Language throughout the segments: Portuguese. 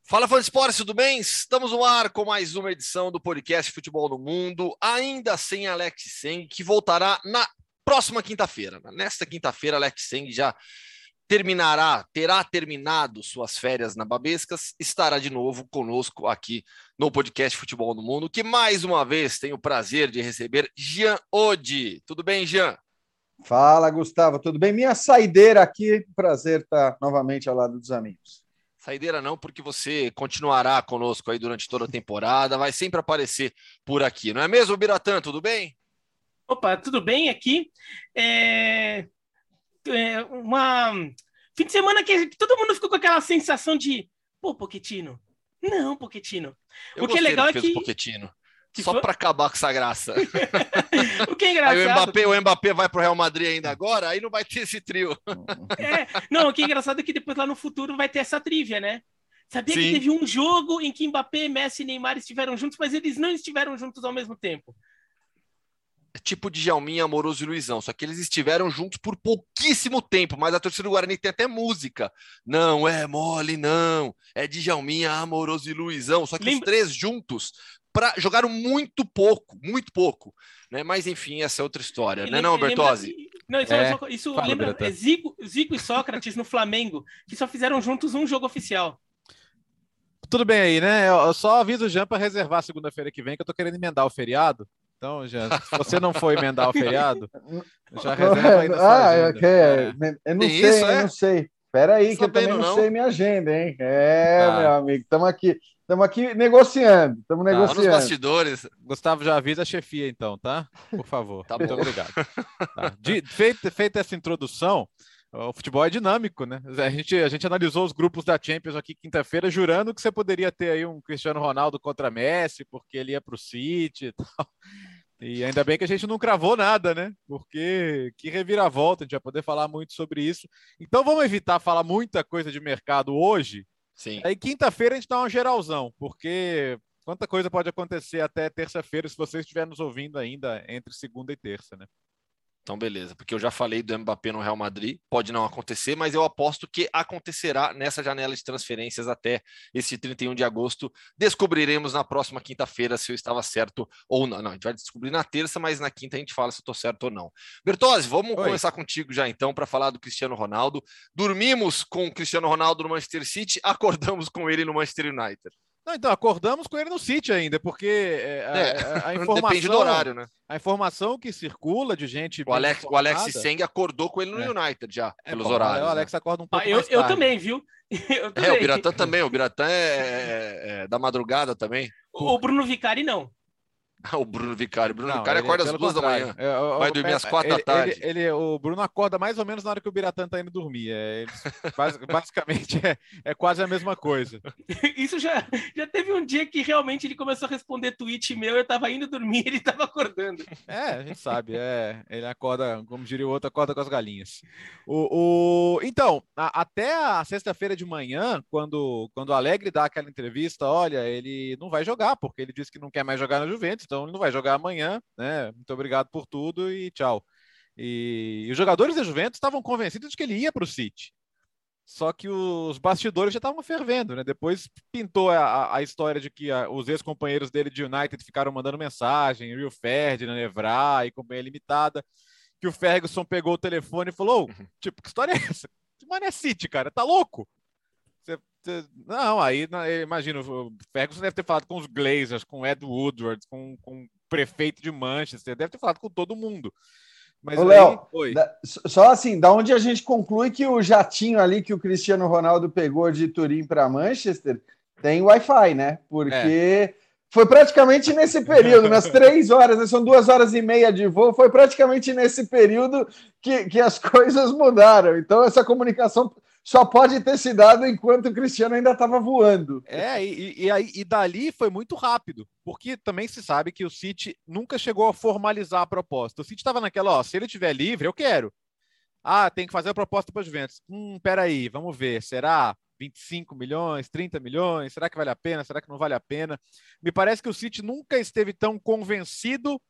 Fala, fã de esporte, tudo bem? Estamos no ar com mais uma edição do podcast Futebol no Mundo, ainda sem Alex Seng, que voltará na próxima quinta-feira. Nesta quinta-feira, Alex Seng já terá terminado suas férias na Babescas, estará de novo conosco aqui no podcast Futebol no Mundo, que mais uma vez tenho o prazer de receber Jean Oddi. Tudo bem, Jean? Fala, Gustavo, tudo bem? Minha saideira aqui, prazer estar novamente ao lado dos amigos. Saideira não, porque você continuará conosco aí durante toda a temporada, vai sempre aparecer por aqui, não é mesmo, Biratã? Tudo bem? Opa, tudo bem aqui? Uma fim de semana que todo mundo ficou com aquela sensação de, pô, Pochettino. Não, Pochettino. O que é legal é que... o Pochettino. Só para acabar com essa graça. O que é engraçado... Aí o Mbappé vai pro Real Madrid ainda agora, aí não vai ter esse trio. Não, o que é engraçado é que depois lá no futuro vai ter essa trivia, né? Sabia Sim. que teve um jogo em que Mbappé, Messi e Neymar estiveram juntos, mas eles não estiveram juntos ao mesmo tempo. É tipo Djalminha, Amoroso e Luizão, só que eles estiveram juntos por pouquíssimo tempo, mas a torcida do Guarani tem até música. Não é mole, não. É Djalminha, Amoroso e Luizão, só que os três juntos jogaram muito pouco, né? Mas enfim, essa é outra história, né, não, Bertozzi? Não, isso lembra Zico e Sócrates no Flamengo, que só fizeram juntos um jogo oficial. Tudo bem aí, né? Eu só aviso o Jean para reservar segunda-feira que vem, que eu tô querendo emendar o feriado. Então, Jean, se você não for emendar o feriado, já reserva aí na sua agenda. Okay. Eu não sei. Espera aí, que eu também não sei minha agenda, hein? Meu amigo, estamos aqui negociando. Estamos negociando. Nos bastidores. Gustavo, já avisa a chefia, então, tá? Por favor. Tá Muito bom. obrigado. Tá. Feita essa introdução, o futebol é dinâmico, né? A gente analisou os grupos da Champions aqui quinta-feira, jurando que você poderia ter aí um Cristiano Ronaldo contra Messi, porque ele ia para o City e tal. E ainda bem que a gente não cravou nada, né? Porque que reviravolta, a gente vai poder falar muito sobre isso. Então vamos evitar falar muita coisa de mercado hoje. Sim. Aí quinta-feira a gente dá uma geralzão, porque quanta coisa pode acontecer até terça-feira se você estiver nos ouvindo ainda entre segunda e terça, né? Então, beleza, porque eu já falei do Mbappé no Real Madrid, pode não acontecer, mas eu aposto que acontecerá nessa janela de transferências até esse 31 de agosto. Descobriremos na próxima quinta-feira se eu estava certo ou não. Não, a gente vai descobrir na terça, mas na quinta a gente fala se eu estou certo ou não. Bertozzi, vamos começar contigo já então para falar do Cristiano Ronaldo. Dormimos com o Cristiano Ronaldo no Manchester City, acordamos com ele no Manchester United. Não, então, acordamos com ele no City ainda, porque a informação... Depende do horário, né? A informação que circula de gente... O Alex Seng acordou com ele no United já, pelos horários. O Alex acorda um pouco mais tarde. Eu também, viu? O Biratã também. O Biratã é da madrugada também. O Bruno Vicari não. O Bruno Vicari. Vicari acorda às 2 da manhã. Vai dormir às 4 da tarde. O Bruno acorda mais ou menos na hora que o Biratã tá indo dormir. Basicamente é quase a mesma coisa. Isso já teve um dia que realmente ele começou a responder tweet meu, eu tava indo dormir, ele tava acordando. A gente sabe. Ele acorda, como diria o outro, acorda com as galinhas. Então, até a sexta-feira de manhã, quando o Alegre dá aquela entrevista, olha, ele não vai jogar, porque ele disse que não quer mais jogar na Juventus, então ele não vai jogar amanhã, né? Muito obrigado por tudo e tchau. E os jogadores da Juventus estavam convencidos de que ele ia para o City. Só que os bastidores já estavam fervendo, né? Depois pintou a história de que os ex-companheiros dele de United ficaram mandando mensagem, Rio Ferdinand, Evra e companhia limitada, que o Ferguson pegou o telefone e falou, tipo, que história é essa? Mano, é City, cara, tá louco? Não, aí imagina, o Ferguson deve ter falado com os Glazers, com o Ed Woodward, com o prefeito de Manchester, deve ter falado com todo mundo. Mas Léo, só assim, da onde a gente conclui que o jatinho ali que o Cristiano Ronaldo pegou de Turim para Manchester tem Wi-Fi, né? Porque foi praticamente nesse período, nas 3 horas, né? São 2 horas e meia de voo, foi praticamente nesse período que as coisas mudaram. Então, essa comunicação só pode ter se dado enquanto o Cristiano ainda estava voando. E dali foi muito rápido, porque também se sabe que o City nunca chegou a formalizar a proposta. O City estava naquela, se ele estiver livre, eu quero. Tem que fazer a proposta para os Juventus. Peraí, vamos ver, será 25 milhões, 30 milhões? Será que vale a pena? Será que não vale a pena? Me parece que o City nunca esteve tão convencido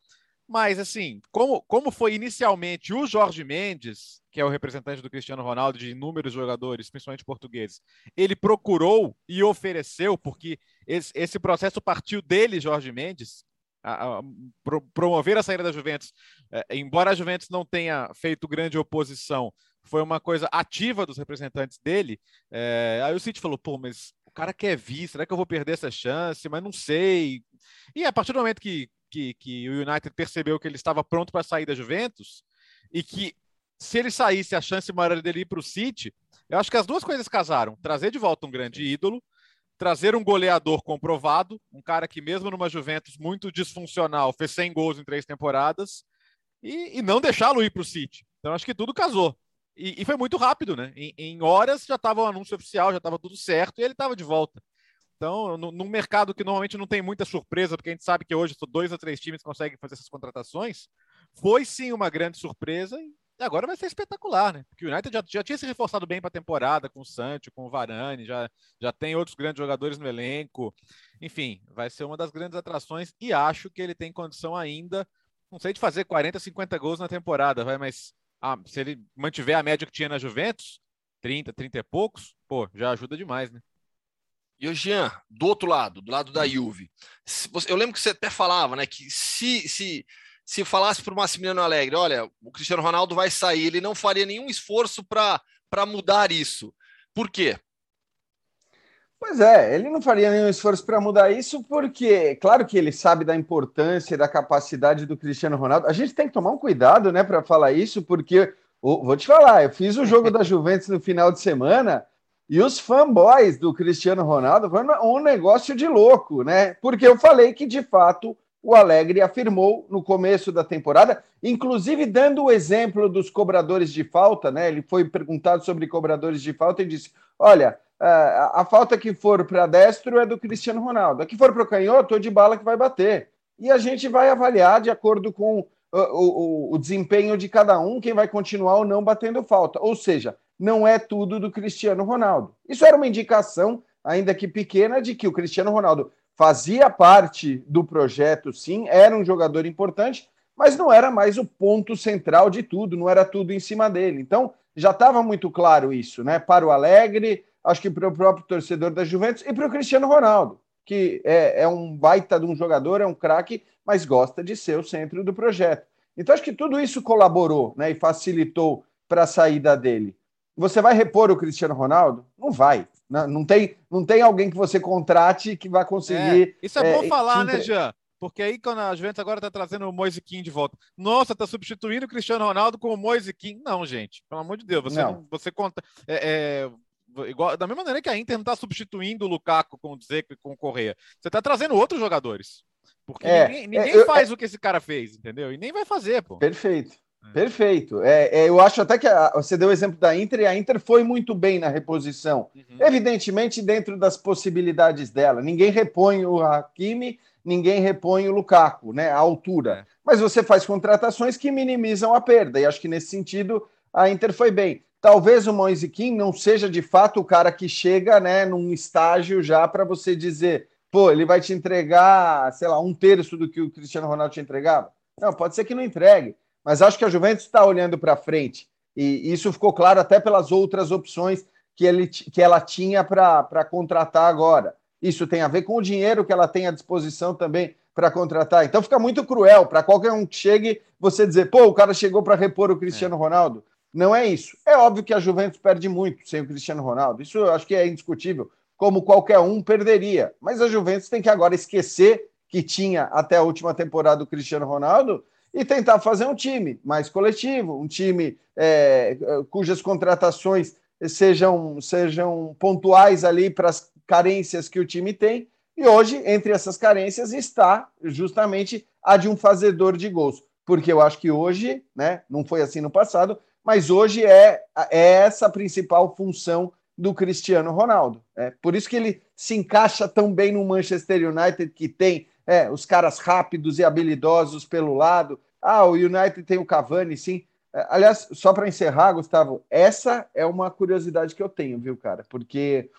Mas, assim, como foi inicialmente o Jorge Mendes, que é o representante do Cristiano Ronaldo, de inúmeros jogadores, principalmente portugueses, ele procurou e ofereceu, porque esse processo partiu dele, Jorge Mendes, promover a saída da Juventus. Embora a Juventus não tenha feito grande oposição, foi uma coisa ativa dos representantes dele. Aí o City falou, pô, mas o cara quer vir, será que eu vou perder essa chance? Mas não sei. E a partir do momento que o United percebeu que ele estava pronto para sair da Juventus e que se ele saísse a chance maior dele ir para o City, eu acho que as duas coisas casaram. Trazer de volta um grande ídolo, trazer um goleador comprovado, um cara que mesmo numa Juventus muito disfuncional fez 100 gols em 3 temporadas e não deixá-lo ir para o City. Então acho que tudo casou. E foi muito rápido, né? Em horas já estava o anúncio oficial, já estava tudo certo e ele estava de volta. Então, num mercado que normalmente não tem muita surpresa, porque a gente sabe que hoje só 2 ou 3 times conseguem fazer essas contratações, foi sim uma grande surpresa e agora vai ser espetacular, né? Porque o United já tinha se reforçado bem para a temporada, com o Sancho, com o Varane, já tem outros grandes jogadores no elenco. Enfim, vai ser uma das grandes atrações e acho que ele tem condição ainda, não sei de fazer 40, 50 gols na temporada, mas se ele mantiver a média que tinha na Juventus, 30 e poucos, pô, já ajuda demais, né? E o Jean, do outro lado, do lado da Juve, eu lembro que você até falava, né, que se falasse para o Massimiliano Allegri, olha, o Cristiano Ronaldo vai sair, ele não faria nenhum esforço para mudar isso. Por quê? Pois é, ele não faria nenhum esforço para mudar isso, porque, claro que ele sabe da importância e da capacidade do Cristiano Ronaldo. A gente tem que tomar um cuidado, né, para falar isso, porque, vou te falar, eu fiz o jogo da Juventus no final de semana e os fanboys do Cristiano Ronaldo foi um negócio de louco, né? Porque eu falei que, de fato, o Allegri afirmou no começo da temporada, inclusive dando o exemplo dos cobradores de falta, né? Ele foi perguntado sobre cobradores de falta e disse: olha, a falta que for para destro é do Cristiano Ronaldo, a que for para o canhoto é de bala que vai bater. E a gente vai avaliar de acordo com o desempenho de cada um, quem vai continuar ou não batendo falta. Ou seja, não é tudo do Cristiano Ronaldo. Isso era uma indicação, ainda que pequena, de que o Cristiano Ronaldo fazia parte do projeto, sim, era um jogador importante, mas não era mais o ponto central de tudo, não era tudo em cima dele. Então, já estava muito claro isso, né? Para o Allegri, acho que para o próprio torcedor da Juventus e para o Cristiano Ronaldo, que é um baita de um jogador, é um craque, mas gosta de ser o centro do projeto. Então, acho que tudo isso colaborou, né, e facilitou para a saída dele. Você vai repor o Cristiano Ronaldo? Não vai. Não tem alguém que você contrate que vai conseguir. Isso é bom falar, né, Jean? Porque aí, quando a Juventus agora está trazendo o Moise Kean de volta. Nossa, está substituindo o Cristiano Ronaldo com o Moise Kean. Não, gente. Pelo amor de Deus. Você conta. Igual, da mesma maneira que a Inter não está substituindo o Lukaku com o Dzeko e com o Correa. Você está trazendo outros jogadores. Porque ninguém faz o que esse cara fez, entendeu? E nem vai fazer, pô. Perfeito. Perfeito. Eu acho até que você deu o exemplo da Inter, e a Inter foi muito bem na reposição. Evidentemente, dentro das possibilidades dela. Ninguém repõe o Hakimi, ninguém repõe o Lukaku, né? A altura. Mas você faz contratações que minimizam a perda. E acho que nesse sentido a Inter foi bem. Talvez o Moise Kean não seja de fato o cara que chega, né, num estágio já para você dizer, pô, ele vai te entregar, sei lá, 1/3 do que o Cristiano Ronaldo te entregava. Não, pode ser que não entregue. Mas acho que a Juventus está olhando para frente. E isso ficou claro até pelas outras opções que ela tinha para contratar agora. Isso tem a ver com o dinheiro que ela tem à disposição também para contratar. Então fica muito cruel para qualquer um que chegue você dizer, pô, o cara chegou para repor o Cristiano Ronaldo. Não é isso. É óbvio que a Juventus perde muito sem o Cristiano Ronaldo. Isso eu acho que é indiscutível, como qualquer um perderia. Mas a Juventus tem que agora esquecer que tinha até a última temporada o Cristiano Ronaldo e tentar fazer um time mais coletivo, um time cujas contratações sejam pontuais ali para as carências que o time tem. E hoje, entre essas carências, está justamente a de um fazedor de gols. Porque eu acho que hoje, né, não foi assim no passado, mas hoje é essa a principal função do Cristiano Ronaldo. Por isso que ele se encaixa tão bem no Manchester United, que tem os caras rápidos e habilidosos pelo lado. O United tem o Cavani, sim. Aliás, só para encerrar, Gustavo, essa é uma curiosidade que eu tenho, viu, cara? Porque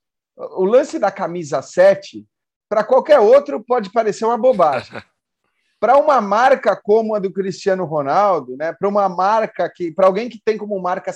o lance da camisa 7, para qualquer outro, pode parecer uma bobagem. para uma marca como a do Cristiano Ronaldo, né? Para uma marca para alguém que tem como marca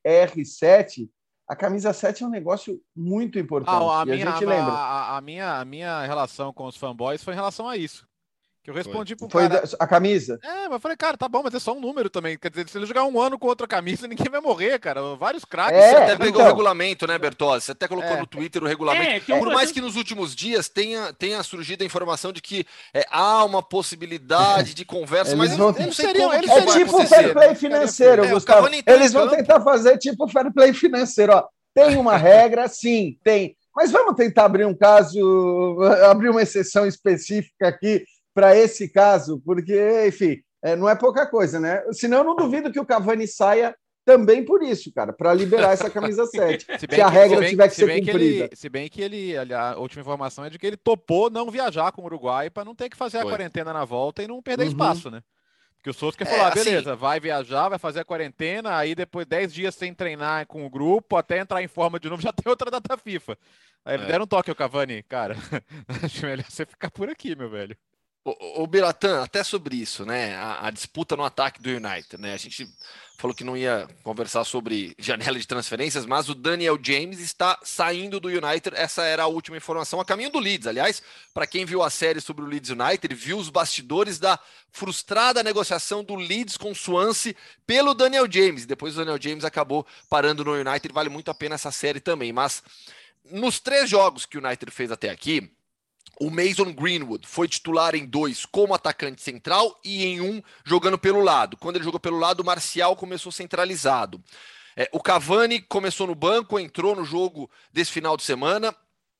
CR7, a camisa 7 é um negócio muito importante. A gente lembra. A minha relação com os fanboys foi em relação a isso. Que eu respondi pro Foi cara... a camisa? Mas eu falei, cara, tá bom, mas é só um número também. Quer dizer, se ele jogar um ano com outra camisa, ninguém vai morrer, cara. Vários craques. Você até pegou o regulamento, né, Bertozzi? Você até colocou no Twitter o regulamento. Por mais que nos últimos dias tenha surgido a informação de que há uma possibilidade de conversa, mas eu não sei como que é tipo fair play financeiro, Gustavo. Eles vão tentar fazer tipo fair play financeiro. Ó, tem uma regra, sim, tem. Mas vamos tentar abrir um caso, abrir uma exceção específica aqui para esse caso, porque, enfim, não é pouca coisa, né? Senão eu não duvido que o Cavani saia também por isso, cara, para liberar essa camisa 7, se a regra tiver que ser cumprida. Se bem que a última informação é de que ele topou não viajar com o Uruguai para não ter que fazer a quarentena na volta e não perder espaço, né? Porque o Solskjaer falou, beleza, vai viajar, vai fazer a quarentena, aí depois 10 dias sem treinar com o grupo, até entrar em forma de novo, já tem outra data FIFA. Aí deram um toque ao Cavani, cara, acho melhor você ficar por aqui, meu velho. O Biratan, até sobre isso, né? A disputa no ataque do United, né? A gente falou que não ia conversar sobre janela de transferências, mas o Daniel James está saindo do United. Essa era a última informação, a caminho do Leeds. Aliás, para quem viu a série sobre o Leeds United, viu os bastidores da frustrada negociação do Leeds com o Swansea pelo Daniel James. Depois o Daniel James acabou parando no United. Vale muito a pena essa série também. Mas nos 3 jogos que o United fez até aqui, o Mason Greenwood foi titular em 2 como atacante central e em 1 jogando pelo lado. Quando ele jogou pelo lado, o Martial começou centralizado. O Cavani começou no banco, entrou no jogo desse final de semana.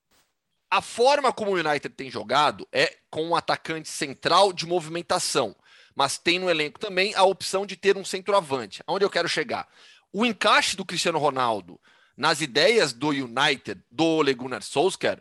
A forma como o United tem jogado é com um atacante central de movimentação, mas tem no elenco também a opção de ter um centroavante. Aonde eu quero chegar? O encaixe do Cristiano Ronaldo nas ideias do United, do Ole Gunnar Solskjaer,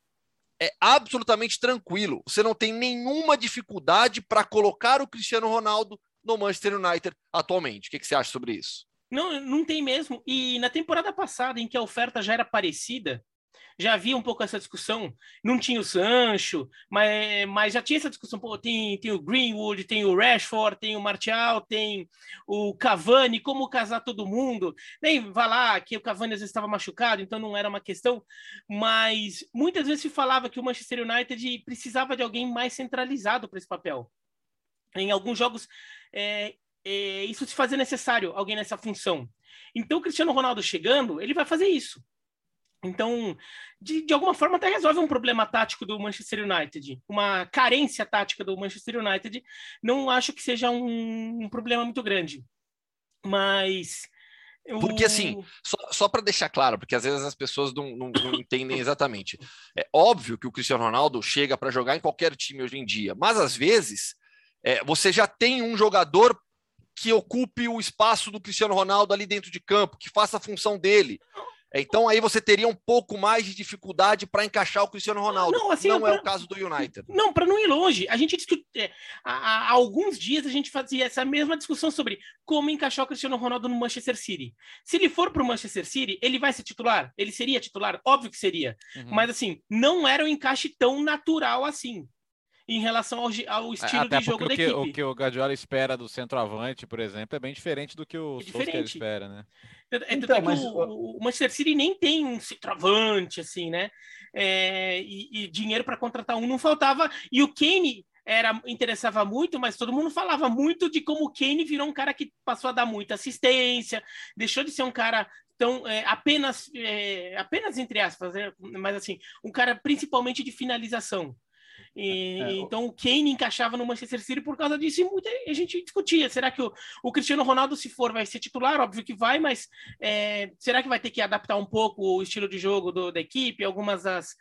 é absolutamente tranquilo. Você não tem nenhuma dificuldade para colocar o Cristiano Ronaldo no Manchester United atualmente. O que você acha sobre isso? Não tem mesmo. E na temporada passada, em que a oferta já era parecida, já havia um pouco essa discussão. Não tinha o Sancho, mas já tinha essa discussão. Pô, tem o Greenwood, tem o Rashford, tem o Martial, tem o Cavani, como casar todo mundo. Nem vai lá que o Cavani às vezes estava machucado, então não era uma questão. Mas muitas vezes se falava que o Manchester United precisava de alguém mais centralizado para esse papel. Em alguns jogos, isso se fazia necessário, alguém nessa função. Então o Cristiano Ronaldo chegando, ele vai fazer isso. Então, de alguma forma, até resolve um problema tático do Manchester United, uma carência tática do Manchester United. Não acho que seja um problema muito grande. Mas... Porque, assim, só para deixar claro, porque às vezes as pessoas não entendem exatamente. É óbvio que o Cristiano Ronaldo chega para jogar em qualquer time hoje em dia, mas às vezes você já tem um jogador que ocupe o espaço do Cristiano Ronaldo ali dentro de campo, que faça a função dele. Então aí você teria um pouco mais de dificuldade para encaixar o Cristiano Ronaldo. Não é o caso do United. Não, para não ir longe. A gente discute, há alguns dias a gente fazia essa mesma discussão sobre como encaixar o Cristiano Ronaldo no Manchester City. Se ele for para o Manchester City, ele vai ser titular? Ele seria titular? Óbvio que seria. Mas assim, não era um encaixe tão natural assim, em relação ao estilo de jogo da equipe. O que o Guardiola espera do centroavante, por exemplo, é bem diferente do que o Solskjaer espera, né? Então, mas o Manchester City nem tem um centroavante, assim, né? E dinheiro para contratar um não faltava. E o Kane interessava muito, mas todo mundo falava muito de como o Kane virou um cara que passou a dar muita assistência, deixou de ser um cara tão apenas entre aspas, mas assim, um cara principalmente de finalização. Então o Kane encaixava no Manchester City por causa disso, e muita gente discutia, será que o Cristiano Ronaldo, se for, vai ser titular? Óbvio que vai, mas será que vai ter que adaptar um pouco o estilo de jogo da equipe? Algumas das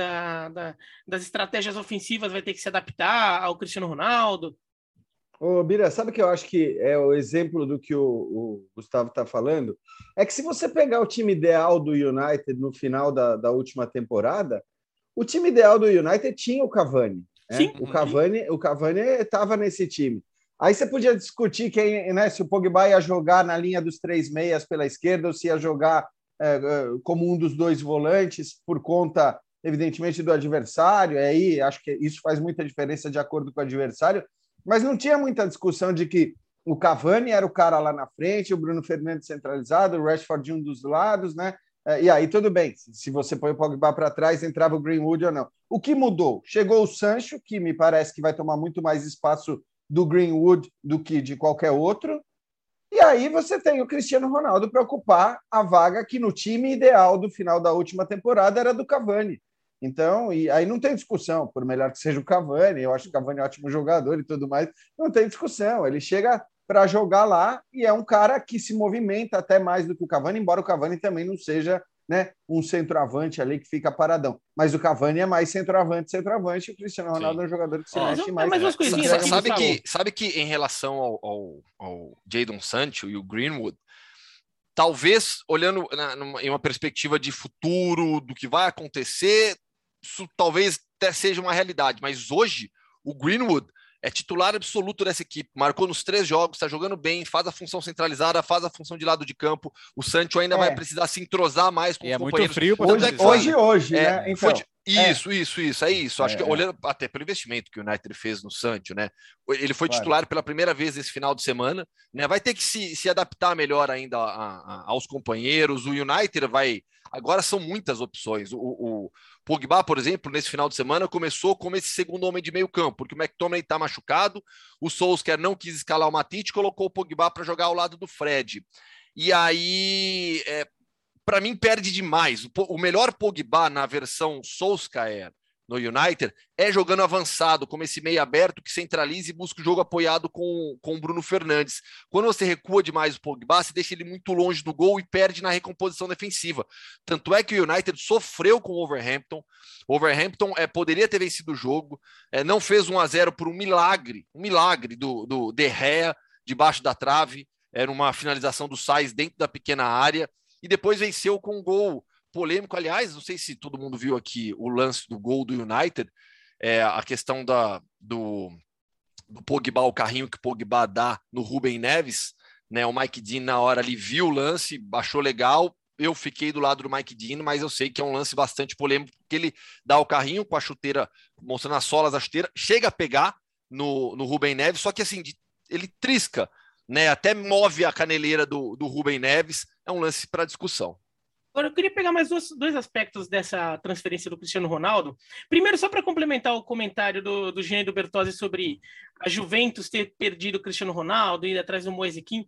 estratégias ofensivas vai ter que se adaptar ao Cristiano Ronaldo? Ô, Bira, sabe que eu acho que é o exemplo do que o Gustavo está falando? É que se você pegar o time ideal do United no final da última temporada, o time ideal do United tinha o Cavani. Né? O Cavani estava nesse time. Aí você podia discutir se o Pogba ia jogar na linha dos 3 meias pela esquerda ou se ia jogar como um dos 2 volantes por conta, evidentemente, do adversário. Aí acho que isso faz muita diferença de acordo com o adversário. mas não tinha muita discussão de que o Cavani era o cara lá na frente, o Bruno Fernandes centralizado, o Rashford de um dos lados, né? E aí tudo bem, se você põe o Pogba para trás, entrava o Greenwood ou não. O que mudou? Chegou o Sancho, que me parece que vai tomar muito mais espaço do Greenwood do que de qualquer outro. E aí você tem o Cristiano Ronaldo para ocupar a vaga que no time ideal do final da última temporada era do Cavani. Então, e aí não tem discussão, por melhor que seja o Cavani, eu acho o Cavani um ótimo jogador e tudo mais, não tem discussão. Ele chega para jogar lá e é um cara que se movimenta até mais do que o Cavani, embora o Cavani também não seja, né, um centroavante ali que fica paradão. Mas o Cavani é mais centroavante, e o Cristiano Ronaldo é um jogador que se mexe mais. Mas umas coisinhas aqui, sabe que em relação ao Jadon Sancho e o Greenwood, talvez olhando em uma perspectiva de futuro, do que vai acontecer, isso talvez até seja uma realidade, mas hoje o Greenwood é titular absoluto dessa equipe, marcou nos 3 jogos, está jogando bem, faz a função centralizada, faz a função de lado de campo. O Sancho ainda vai precisar se entrosar mais com os companheiros. Muito frio hoje, né? Então, isso. Acho que olhando até pelo investimento que o United fez no Sancho, né? Ele foi titular pela primeira vez esse final de semana, né? Vai ter que se adaptar melhor ainda aos companheiros. O United vai... Agora são muitas opções. O Pogba, por exemplo, nesse final de semana, começou como esse segundo homem de meio campo, porque o McTominay está machucado, o Solskjaer não quis escalar o Matite, colocou o Pogba para jogar ao lado do Fred. E aí, para mim, perde demais. O melhor Pogba na versão Solskjaer no United é jogando avançado, como esse meio aberto que centraliza e busca o jogo apoiado com o Bruno Fernandes. Quando você recua demais o Pogba, você deixa ele muito longe do gol e perde na recomposição defensiva. Tanto é que o United sofreu com o Wolverhampton. O Wolverhampton poderia ter vencido o jogo, não fez 1-0 por um milagre do De Gea debaixo da trave, era uma finalização do Sainz dentro da pequena área, e depois venceu com um gol polêmico. Aliás, não sei se todo mundo viu aqui o lance do gol do United, a questão do Pogba, o carrinho que o Pogba dá no Rúben Neves, né? O Mike Dean na hora ali viu o lance, achou legal, eu fiquei do lado do Mike Dean, mas eu sei que é um lance bastante polêmico, porque ele dá o carrinho com a chuteira, mostrando as solas da chuteira, chega a pegar no Rúben Neves, só que assim, ele trisca, né? Até move a caneleira do Rúben Neves, é um lance para discussão. Agora, eu queria pegar mais dois aspectos dessa transferência do Cristiano Ronaldo. Primeiro, só para complementar o comentário do Jean e do Bertozzi sobre a Juventus ter perdido o Cristiano Ronaldo, ir atrás do Moise Kean.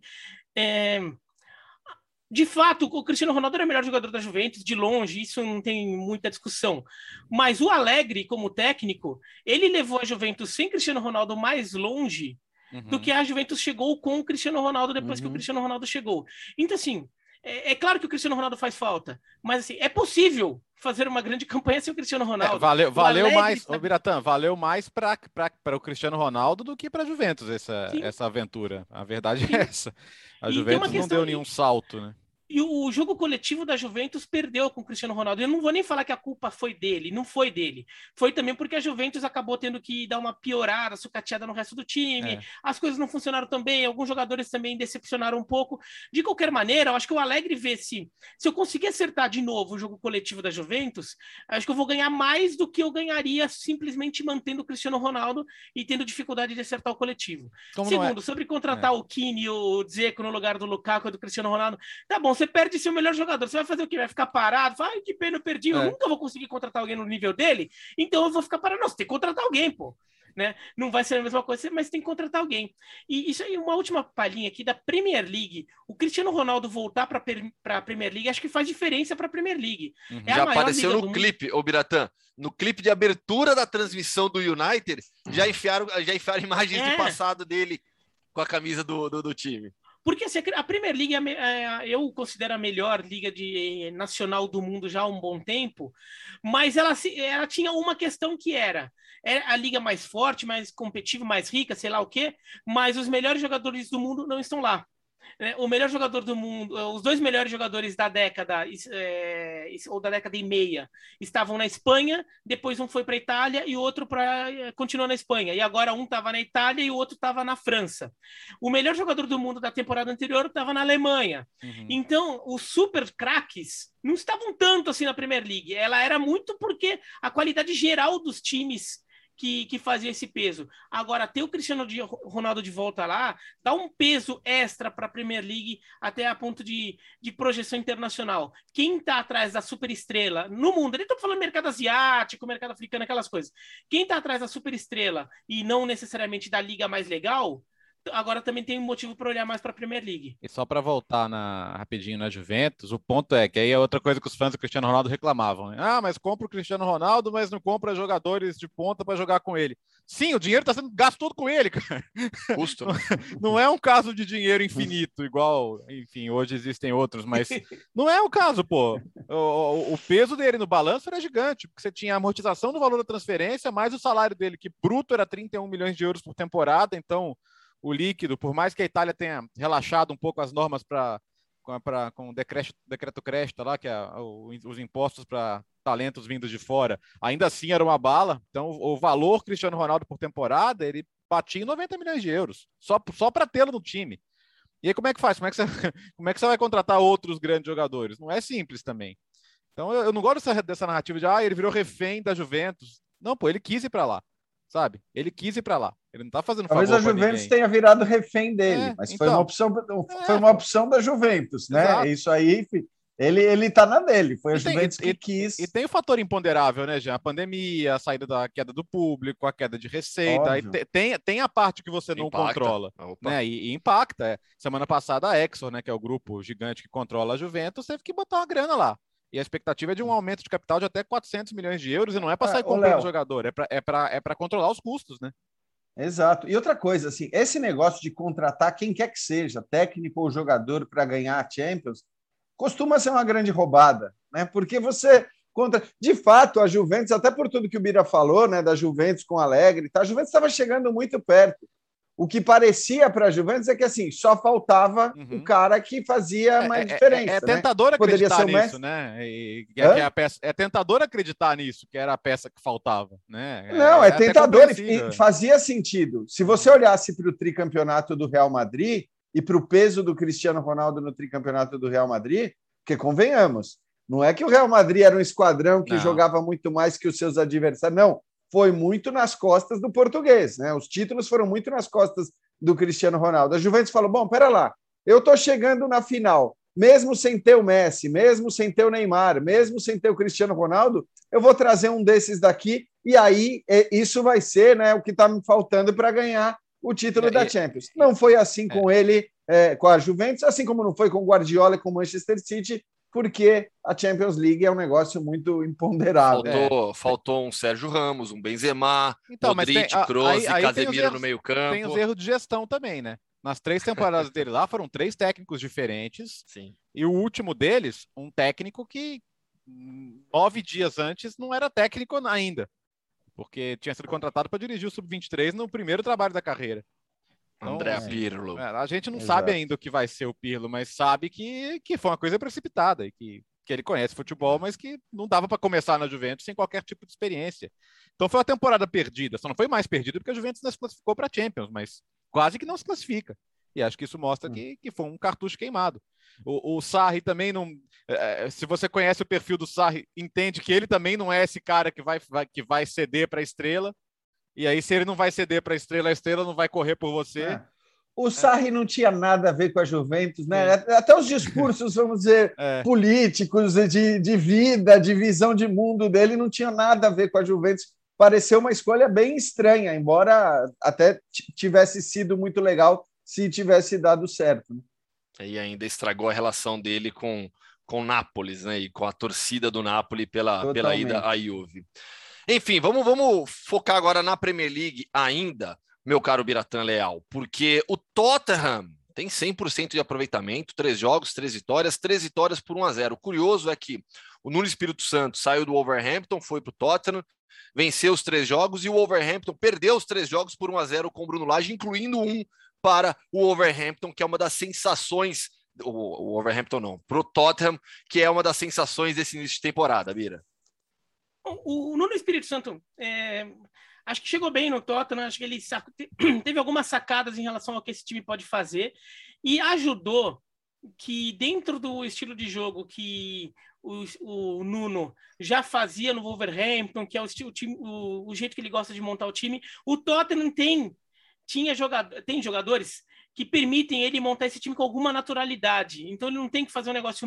De fato, o Cristiano Ronaldo era o melhor jogador da Juventus, de longe, isso não tem muita discussão. Mas o Allegri, como técnico, ele levou a Juventus sem Cristiano Ronaldo mais longe do que a Juventus chegou com o Cristiano Ronaldo depois que o Cristiano Ronaldo chegou. Então, assim, é claro que o Cristiano Ronaldo faz falta, mas assim, é possível fazer uma grande campanha sem o Cristiano Ronaldo. Valeu mais, Biratã, valeu mais para o Cristiano Ronaldo do que para a Juventus essa aventura. A verdade é essa. A Juventus não deu nenhum salto, né? E o jogo coletivo da Juventus perdeu com o Cristiano Ronaldo. Eu não vou nem falar que a culpa foi dele, não foi dele. Foi também porque a Juventus acabou tendo que dar uma piorada, sucateada no resto do time. As coisas não funcionaram tão bem, alguns jogadores também decepcionaram um pouco. De qualquer maneira, eu acho que o Allegri vê se eu conseguir acertar de novo o jogo coletivo da Juventus, acho que eu vou ganhar mais do que eu ganharia simplesmente mantendo o Cristiano Ronaldo e tendo dificuldade de acertar o coletivo. Segundo, sobre contratar o Kean e o Dzeko no lugar do Lukaku e do Cristiano Ronaldo, tá bom, você perde seu melhor jogador, você vai fazer o quê? Vai ficar parado? Ai, que pena, eu perdi, eu nunca vou conseguir contratar alguém no nível dele, então eu vou ficar parado. Não, você tem que contratar alguém, pô. Né? Não vai ser a mesma coisa, mas tem que contratar alguém. E isso aí, uma última palhinha aqui da Premier League. O Cristiano Ronaldo voltar para a Premier League, acho que faz diferença para a Premier League. Já apareceu no clipe, ô Biratã, no clipe de abertura da transmissão do United, já enfiaram imagens do passado dele com a camisa do time. Porque assim, a Premier League eu considero a melhor liga nacional do mundo já há um bom tempo, mas ela tinha uma questão que era a liga mais forte, mais competitiva, mais rica, sei lá o quê, mas os melhores jogadores do mundo não estão lá. O melhor jogador do mundo, os dois melhores jogadores da década ou da década e meia estavam na Espanha, depois um foi para a Itália e o outro continuou na Espanha, e agora um estava na Itália e o outro estava na França. O melhor jogador do mundo da temporada anterior estava na Alemanha. Então, os super craques não estavam tanto assim na Premier League, ela era muito porque a qualidade geral dos times que fazia esse peso. Agora, ter o Cristiano Ronaldo de volta lá dá um peso extra para a Premier League, até a ponto de projeção internacional. Quem está atrás da superestrela no mundo, nem estou falando mercado asiático, mercado africano, aquelas coisas. Quem está atrás da superestrela e não necessariamente da liga mais legal, agora também tem um motivo para olhar mais para a Premier League. E só para voltar rapidinho na Juventus, o ponto é que aí é outra coisa que os fãs do Cristiano Ronaldo reclamavam, né? Ah, mas compra o Cristiano Ronaldo, mas não compra jogadores de ponta para jogar com ele. Sim, o dinheiro está sendo gasto todo com ele, cara. Custo. Não é um caso de dinheiro infinito, igual, enfim, hoje existem outros, mas não é o caso, pô. O peso dele no balanço era gigante, porque você tinha a amortização do valor da transferência, mais o salário dele, que bruto era 31 milhões de euros por temporada, então o líquido, por mais que a Itália tenha relaxado um pouco as normas com o decreto Cresta lá, que é os impostos para talentos vindos de fora, ainda assim era uma bala. Então, o valor Cristiano Ronaldo por temporada, ele batia em 90 milhões de euros, só para tê-lo no time. E aí, como é que faz? Como é que você vai contratar outros grandes jogadores? Não é simples também. Então, eu não gosto dessa narrativa de, ele virou refém da Juventus. Não, pô, ele quis ir para lá, sabe? Ele quis ir para lá. Ele não tá fazendo favor. Talvez a Juventus tenha virado refém dele, mas então, foi uma opção da Juventus, né? Exato. Isso aí, ele tá na dele, foi a Juventus que quis. E tem o fator imponderável, né, Jean? A pandemia, a saída da queda do público, a queda de receita, aí tem a parte que você não controla, né? E impacta. Semana passada a Exor, né, que é o grupo gigante que controla a Juventus, teve que botar uma grana lá. E a expectativa é de um aumento de capital de até 400 milhões de euros, e não é para sair comprando o jogador, é para controlar os custos, né? Exato. E outra coisa, assim, esse negócio de contratar quem quer que seja, técnico ou jogador, para ganhar a Champions, costuma ser uma grande roubada, né? Porque você de fato, a Juventus, até por tudo que o Bira falou, né, da Juventus com o Allegri, tá? A Juventus estava chegando muito perto. O que parecia para a Juventus é que assim, só faltava o cara que fazia mais diferença. É tentador acreditar nisso, né? É tentador acreditar nisso, que era a peça que faltava, né? Não, é tentador e fazia sentido. Se você olhasse para o tricampeonato do Real Madrid e para o peso do Cristiano Ronaldo no tricampeonato do Real Madrid, porque convenhamos, não é que o Real Madrid era um esquadrão que jogava muito mais que os seus adversários, não. Foi muito nas costas do português, né? Os títulos foram muito nas costas do Cristiano Ronaldo. A Juventus falou, bom, pera lá, eu estou chegando na final, mesmo sem ter o Messi, mesmo sem ter o Neymar, mesmo sem ter o Cristiano Ronaldo, eu vou trazer um desses daqui e aí isso vai ser, né, o que está me faltando para ganhar o título da Champions. Não foi assim com ele, com a Juventus, assim como não foi com o Guardiola e com o Manchester City, porque a Champions League é um negócio muito imponderável. Faltou um Sérgio Ramos, um Benzema, Modric, Kroos e Casemiro no meio-campo. Tem os erros de gestão também, né? Nas 3 temporadas dele lá, foram 3 técnicos diferentes. Sim. E o último deles, um técnico que 9 dias antes não era técnico ainda, porque tinha sido contratado para dirigir o Sub-23 no primeiro trabalho da carreira. Então, André Pirlo. A gente não sabe ainda o que vai ser o Pirlo, mas sabe que foi uma coisa precipitada e que ele conhece futebol, mas que não dava para começar na Juventus sem qualquer tipo de experiência. Então foi uma temporada perdida, só não foi mais perdida porque a Juventus não se classificou para a Champions, mas quase que não se classifica. E acho que isso mostra que foi um cartucho queimado. O Sarri também não... se você conhece o perfil do Sarri, entende que ele também não é esse cara que vai ceder para a estrela. E aí, se ele não vai ceder para a estrela não vai correr por você. O Sarri não tinha nada a ver com a Juventus, né? Até os discursos, vamos dizer, políticos, de vida, de visão de mundo dele, não tinha nada a ver com a Juventus. Pareceu uma escolha bem estranha, embora até tivesse sido muito legal se tivesse dado certo. Né? E ainda estragou a relação dele com o Nápoles, né? E com a torcida do Napoli pela ida à Juve. Enfim, vamos focar agora na Premier League ainda, meu caro Biratan Leal, porque o Tottenham tem 100% de aproveitamento, 3 jogos, 3 vitórias por 1-0. O curioso é que o Nuno Espírito Santo saiu do Wolverhampton, foi para o Tottenham, venceu os 3 jogos e o Wolverhampton perdeu os 3 jogos por 1-0 com o Bruno Lage, incluindo um para o Wolverhampton, que é uma das sensações, o Wolverhampton não, para o Tottenham, que é uma das sensações desse início de temporada, Bira. O Nuno Espírito Santo, acho que chegou bem no Tottenham, acho que ele teve algumas sacadas em relação ao que esse time pode fazer e ajudou que dentro do estilo de jogo que o Nuno já fazia no Wolverhampton, que é o jeito que ele gosta de montar o time, o Tottenham tem jogadores que permitem ele montar esse time com alguma naturalidade. Então ele não tem que fazer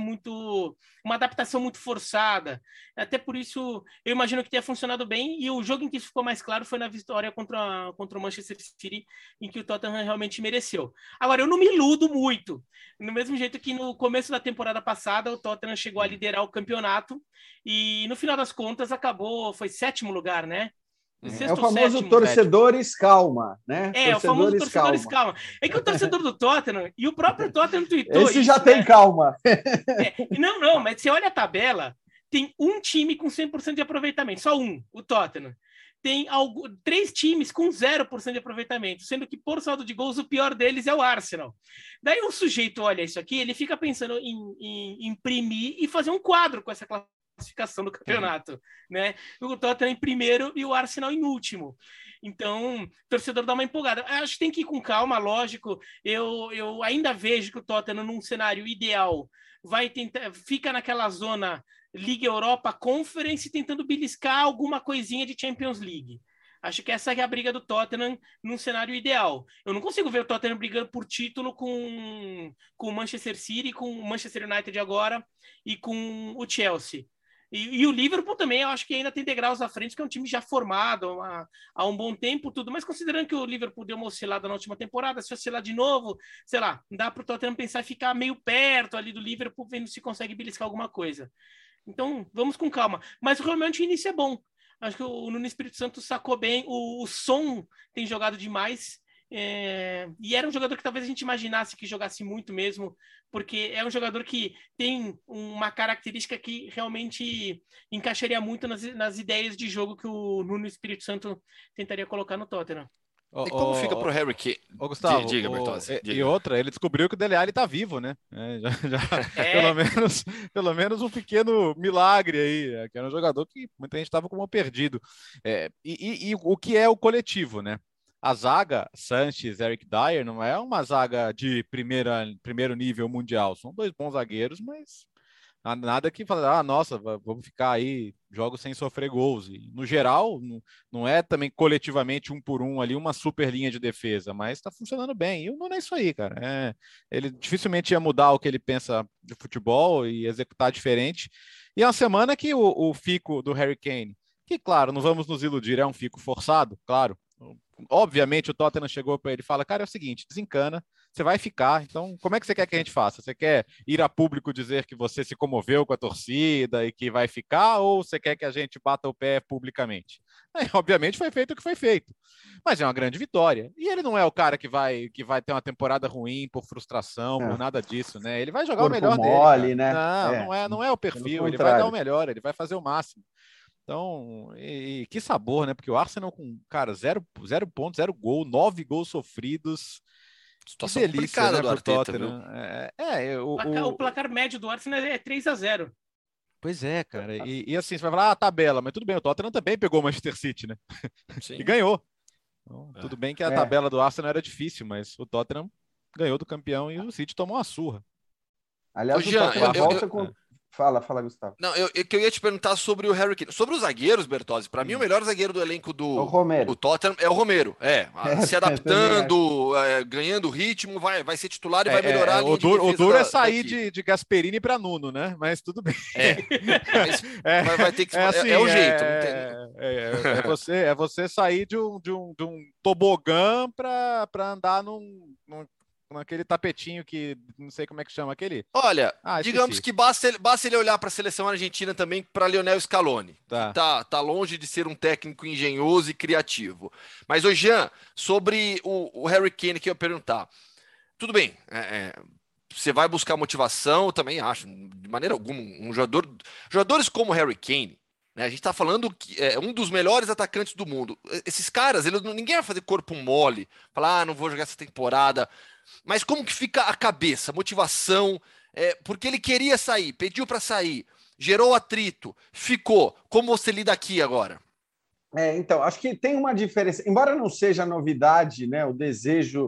uma adaptação muito forçada. Até por isso eu imagino que tenha funcionado bem, e o jogo em que isso ficou mais claro foi na vitória contra o Manchester City, em que o Tottenham realmente mereceu. Agora, eu não me iludo muito. No mesmo jeito que no começo da temporada passada, o Tottenham chegou a liderar o campeonato e no final das contas foi 7º lugar, né? É o famoso torcedores calma, né? O famoso torcedores calma. É que o torcedor do Tottenham, e o próprio Tottenham tweetou esse já tem calma. Não, mas você olha a tabela, tem um time com 100% de aproveitamento, só um, o Tottenham. Tem 3 times com 0% de aproveitamento, sendo que por saldo de gols o pior deles é o Arsenal. Daí o sujeito olha isso aqui, ele fica pensando em imprimir e fazer um quadro com essa classificação do campeonato, né? O Tottenham em primeiro e o Arsenal em último. Então, o torcedor dá uma empolgada. Acho que tem que ir com calma, lógico. Eu ainda vejo que o Tottenham, num cenário ideal, fica naquela zona Liga Europa Conference, tentando beliscar alguma coisinha de Champions League. Acho que essa é a briga do Tottenham num cenário ideal. Eu não consigo ver o Tottenham brigando por título com o Manchester City, com o Manchester United agora e com o Chelsea. E o Liverpool também, eu acho que ainda tem degraus à frente, que é um time já formado há um bom tempo, tudo. Mas considerando que o Liverpool deu uma oscilada na última temporada, se oscilar de novo, sei lá, dá para o Tottenham pensar em ficar meio perto ali do Liverpool, vendo se consegue beliscar alguma coisa. Então, vamos com calma. Mas realmente o início é bom. Acho que o Nuno Espírito Santo sacou bem. O Son tem jogado demais. E era um jogador que talvez a gente imaginasse que jogasse muito mesmo, porque é um jogador que tem uma característica que realmente encaixaria muito nas ideias de jogo que o Nuno Espírito Santo tentaria colocar no Tottenham. E como fica pro Harry Kane? Gustavo, diga, Bertozzi. E outra, ele descobriu que o Dele Alli tá vivo, né? Pelo menos um pequeno milagre aí, que era um jogador que muita gente estava como perdido. E o que é o coletivo, né? A zaga, Sanches, Eric Dyer, não é uma zaga de primeiro nível mundial. São 2 bons zagueiros, mas nada que falar, nossa, vamos ficar aí jogos sem sofrer gols. E, no geral, não é também coletivamente 1 por 1 ali, uma super linha de defesa, mas está funcionando bem. E o Nuno é isso aí, cara. Ele dificilmente ia mudar o que ele pensa de futebol e executar diferente. E é uma semana que o fico do Harry Kane, que, claro, não vamos nos iludir, é um fico forçado, claro. Obviamente o Tottenham chegou para ele e fala, cara, é o seguinte, desencana, você vai ficar, então como é que você quer que a gente faça? Você quer ir a público dizer que você se comoveu com a torcida e que vai ficar, ou você quer que a gente bata o pé publicamente? Obviamente foi feito o que foi feito, mas é uma grande vitória, e ele não é o cara que vai ter uma temporada ruim por frustração, por nada disso, né? Ele vai jogar o melhor mole, dele, né? Não é o perfil, ele vai dar o melhor, ele vai fazer o máximo. Então, que sabor, né? Porque o Arsenal com, cara, 0 pontos, 0 gol, 9 gols sofridos. Situação complicada, né, do Arteta, viu? O placar médio do Arsenal é 3-0. Pois é, cara. E assim, você vai falar, tabela, mas tudo bem, o Tottenham também pegou o Manchester City, né? Sim. E ganhou. Então, tudo bem que a tabela do Arsenal era difícil, mas o Tottenham ganhou do campeão e o City tomou uma surra. Aliás, o Tottenham volta com... Fala, Gustavo. Não, eu ia te perguntar sobre o Harry Kane. Sobre os zagueiros, Bertozzi, para mim o melhor zagueiro do elenco do Tottenham é o Romero. Se adaptando, ganhando ritmo, vai ser titular e vai melhorar a linha de defesa. O duro é sair de Gasperini para Nuno, né? Mas tudo bem. Mas vai ter que... É o jeito. É você sair de um tobogã para andar naquele tapetinho que não sei como é que chama aquele. Olha, digamos que basta ele olhar para a seleção argentina também, para Lionel Scaloni. Tá longe de ser um técnico engenhoso e criativo. Mas, Jean, sobre o Harry Kane que eu ia perguntar. Tudo bem, você vai buscar motivação, eu também acho, de maneira alguma, jogadores como o Harry Kane, né, a gente tá falando que é um dos melhores atacantes do mundo. Esses caras, ninguém vai fazer corpo mole, falar, não vou jogar essa temporada. Mas como que fica a cabeça, motivação? Porque ele queria sair, pediu para sair, gerou atrito, ficou. Como você lida aqui agora? Então, acho que tem uma diferença. Embora não seja novidade, né, o desejo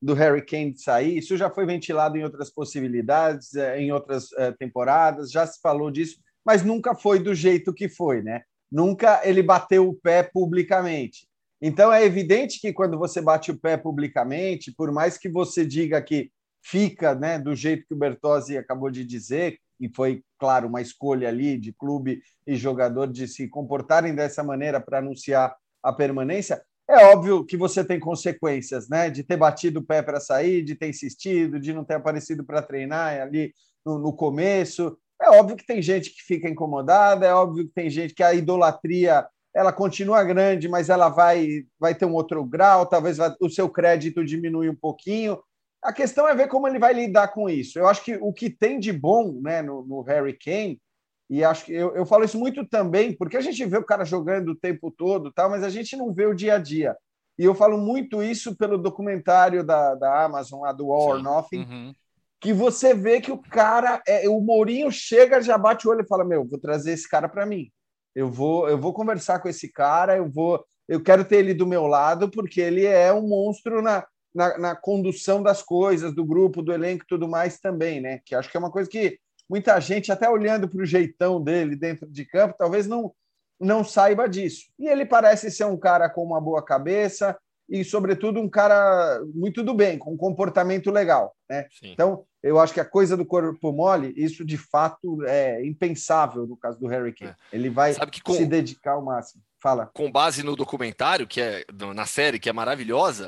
do Harry Kane sair. Isso já foi ventilado em outras possibilidades, em outras temporadas, já se falou disso, mas nunca foi do jeito que foi, né? Nunca ele bateu o pé publicamente. Então é evidente que quando você bate o pé publicamente, por mais que você diga que fica, né, do jeito que o Bertozzi acabou de dizer, e foi, claro, uma escolha ali de clube e jogador de se comportarem dessa maneira para anunciar a permanência, é óbvio que você tem consequências, né? De ter batido o pé para sair, de ter insistido, de não ter aparecido para treinar ali no começo. É óbvio que tem gente que fica incomodada, é óbvio que tem gente que a idolatria ela continua grande, mas ela vai ter um outro grau, talvez o seu crédito diminui um pouquinho. A questão é ver como ele vai lidar com isso. Eu acho que o que tem de bom, né, no Harry Kane, e acho que eu falo isso muito também, porque a gente vê o cara jogando o tempo todo, tal, mas a gente não vê o dia a dia. E eu falo muito isso pelo documentário da Amazon, lá do All or Nothing, que você vê que o cara, o Mourinho chega, já bate o olho e fala, vou trazer esse cara para mim. Eu vou conversar com esse cara, eu quero ter ele do meu lado, porque ele é um monstro na condução das coisas, do grupo, do elenco e tudo mais também, né? Que acho que é uma coisa que muita gente, até olhando para o jeitão dele dentro de campo, talvez não saiba disso. E ele parece ser um cara com uma boa cabeça e, sobretudo, um cara muito do bem, com um comportamento legal, né? Então, eu acho que a coisa do corpo mole, isso de fato é impensável no caso do Harry Kane. Ele vai se dedicar ao máximo. Fala. Com base no documentário, na série, que é maravilhosa,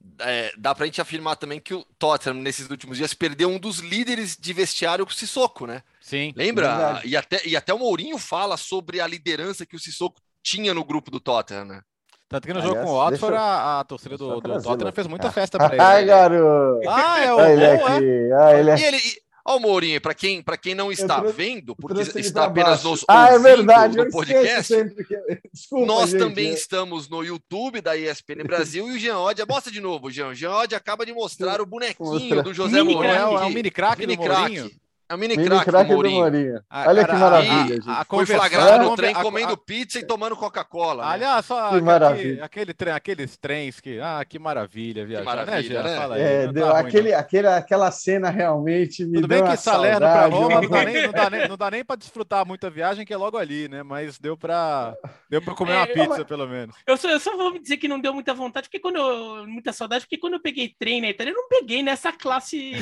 dá pra gente afirmar também que o Tottenham, nesses últimos dias, perdeu um dos líderes de vestiário com o Sissoko, né? Sim. Lembra? E até o Mourinho fala sobre a liderança que o Sissoko tinha no grupo do Tottenham, né? Tanto que no jogo com o Watford, a torcida do Tottenham fez muita festa pra ele. Ai, garoto! Ele aqui. Ó, o Mourinho, para quem não está vendo, porque está apenas nos ouvindo verdade, no podcast, Desculpa, nós gente, também estamos no YouTube da ESPN Brasil e o Jean Oddi, mostra de novo, Jean Oddi acaba de mostrar o bonequinho do José Mourinho. É um mini craque do Mourinho. É um mini craque do Mourinho. Olha que maravilha, gente. Foi flagrado no trem comendo pizza e tomando Coca-Cola. Aliás, só aqueles trens que... que maravilha viajar. Que maravilha, né? Fala aí, aquela cena realmente me Tudo bem que Salerno para Roma não dá nem para desfrutar muito a viagem, que é logo ali, né? Mas deu para comer uma pizza, pelo menos. Eu só vou me dizer que não deu muita vontade, muita saudade, porque quando eu peguei trem na Itália, eu não peguei nessa classe.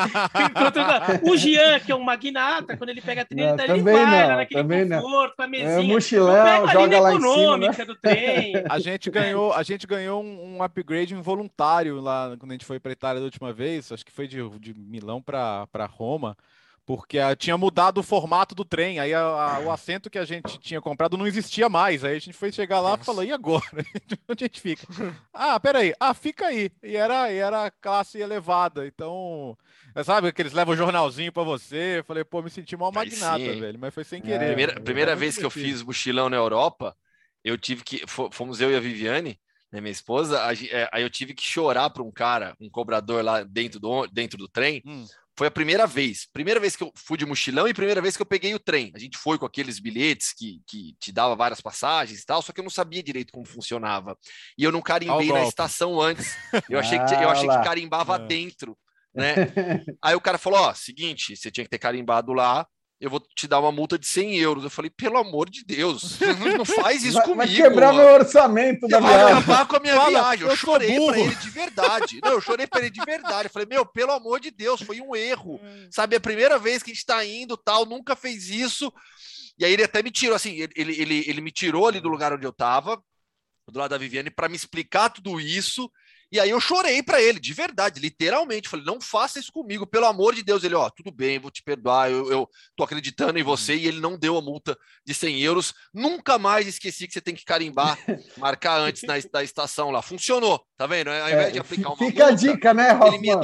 O Jean, que é um magnata, quando ele pega a trem, ele vai lá naquele conforto, com a mesinha. Mochilão, joga lá em cima, né? Do trem. A gente ganhou um upgrade involuntário lá quando a gente foi para a Itália da última vez, acho que foi de Milão para Roma, porque tinha mudado o formato do trem, aí o assento que a gente tinha comprado não existia mais, aí a gente foi chegar lá e falou, e agora? Onde a gente fica? Peraí, fica aí, e era classe elevada, então, sabe, que eles levam o jornalzinho pra você, eu falei, me senti mal magnata, velho, mas foi sem querer. Primeira vez que eu fiz mochilão na Europa, eu tive que, fomos eu e a Viviane, né, minha esposa, aí eu tive que chorar para um cobrador lá dentro do trem. Foi a primeira vez que eu fui de mochilão e primeira vez que eu peguei o trem. A gente foi com aqueles bilhetes que te dava várias passagens e tal, só que eu não sabia direito como funcionava. E eu não carimbei na estação antes. Eu achei que carimbava dentro, né? Aí o cara falou, seguinte, você tinha que ter carimbado lá, eu vou te dar uma multa de 100 euros. Eu falei, pelo amor de Deus, não faz isso comigo. Vai quebrar meu orçamento da viagem. Vai acabar com a minha viagem. Eu chorei pra ele de verdade. Não, eu chorei pra ele de verdade. Eu falei, pelo amor de Deus, foi um erro. Sabe, a primeira vez que a gente tá indo, tal, nunca fez isso. E aí ele até me tirou, assim, ele me tirou ali do lugar onde eu tava, do lado da Viviane, para me explicar tudo isso. E aí eu chorei para ele, de verdade, literalmente. Falei, não faça isso comigo, pelo amor de Deus. Ele, tudo bem, vou te perdoar, eu tô acreditando em você. E ele não deu a multa de 100 euros. Nunca mais esqueci que você tem que carimbar, marcar antes da estação lá. Funcionou, tá vendo? Ao invés de aplicar uma multa, a dica, né, Hoffman?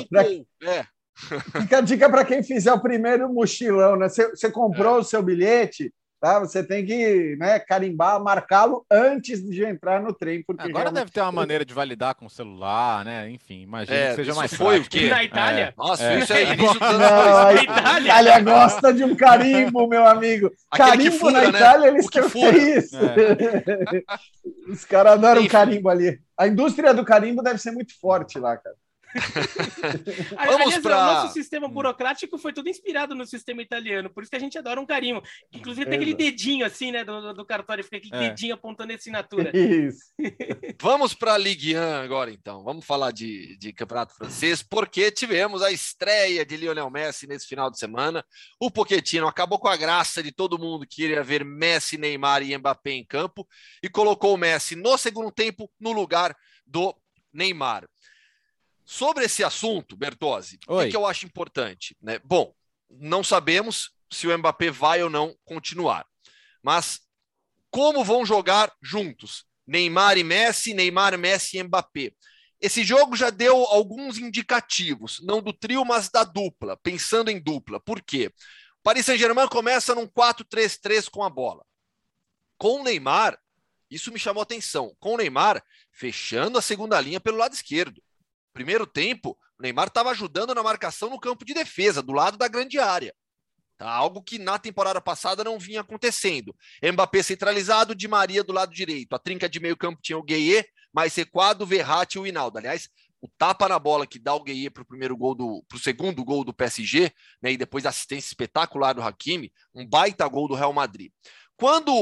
Fica a dica para quem fizer o primeiro mochilão, né? Você comprou o seu bilhete, tá? Você tem que, né, carimbar, marcá-lo antes de entrar no trem. Porque agora deve ter uma maneira de validar com o celular, né? Enfim, imagino que seja mais foi prático. O quê? Na Itália? Nossa, isso aí. A Itália gosta de um carimbo, meu amigo. Carimbo fura, na Itália, eles têm isso. Os caras adoram carimbo ali. A indústria do carimbo deve ser muito forte lá, cara. Vamos Aliás, para o nosso sistema burocrático foi tudo inspirado no sistema italiano, por isso que a gente adora um carimbo. Inclusive tem aquele dedinho assim, né, do cartório, fica aquele dedinho apontando a assinatura. Isso. Vamos para a Ligue 1 agora, então. Vamos falar de campeonato francês, porque tivemos a estreia de Lionel Messi nesse final de semana. O Pochettino acabou com a graça de todo mundo que queria ver Messi, Neymar e Mbappé em campo e colocou o Messi no segundo tempo no lugar do Neymar. Sobre esse assunto, Bertozzi, o que eu acho importante, né? Bom, não sabemos se o Mbappé vai ou não continuar, mas como vão jogar juntos? Neymar e Messi, Neymar, Messi e Mbappé. Esse jogo já deu alguns indicativos, não do trio, mas da dupla, pensando em dupla. Por quê? O Paris Saint-Germain começa num 4-3-3 com a bola. Com o Neymar, isso me chamou a atenção, com o Neymar fechando a segunda linha pelo lado esquerdo. Primeiro tempo, o Neymar estava ajudando na marcação no campo de defesa, do lado da grande área. Tá? Algo que na temporada passada não vinha acontecendo. Mbappé centralizado, Di Maria do lado direito. A trinca de meio campo tinha o Gueye, mais recuado, Verratti e o Hinaldo. Aliás, o tapa na bola que dá o Gueye para o segundo gol do PSG, né, e depois a assistência espetacular do Hakimi, um baita gol do Real Madrid. Quando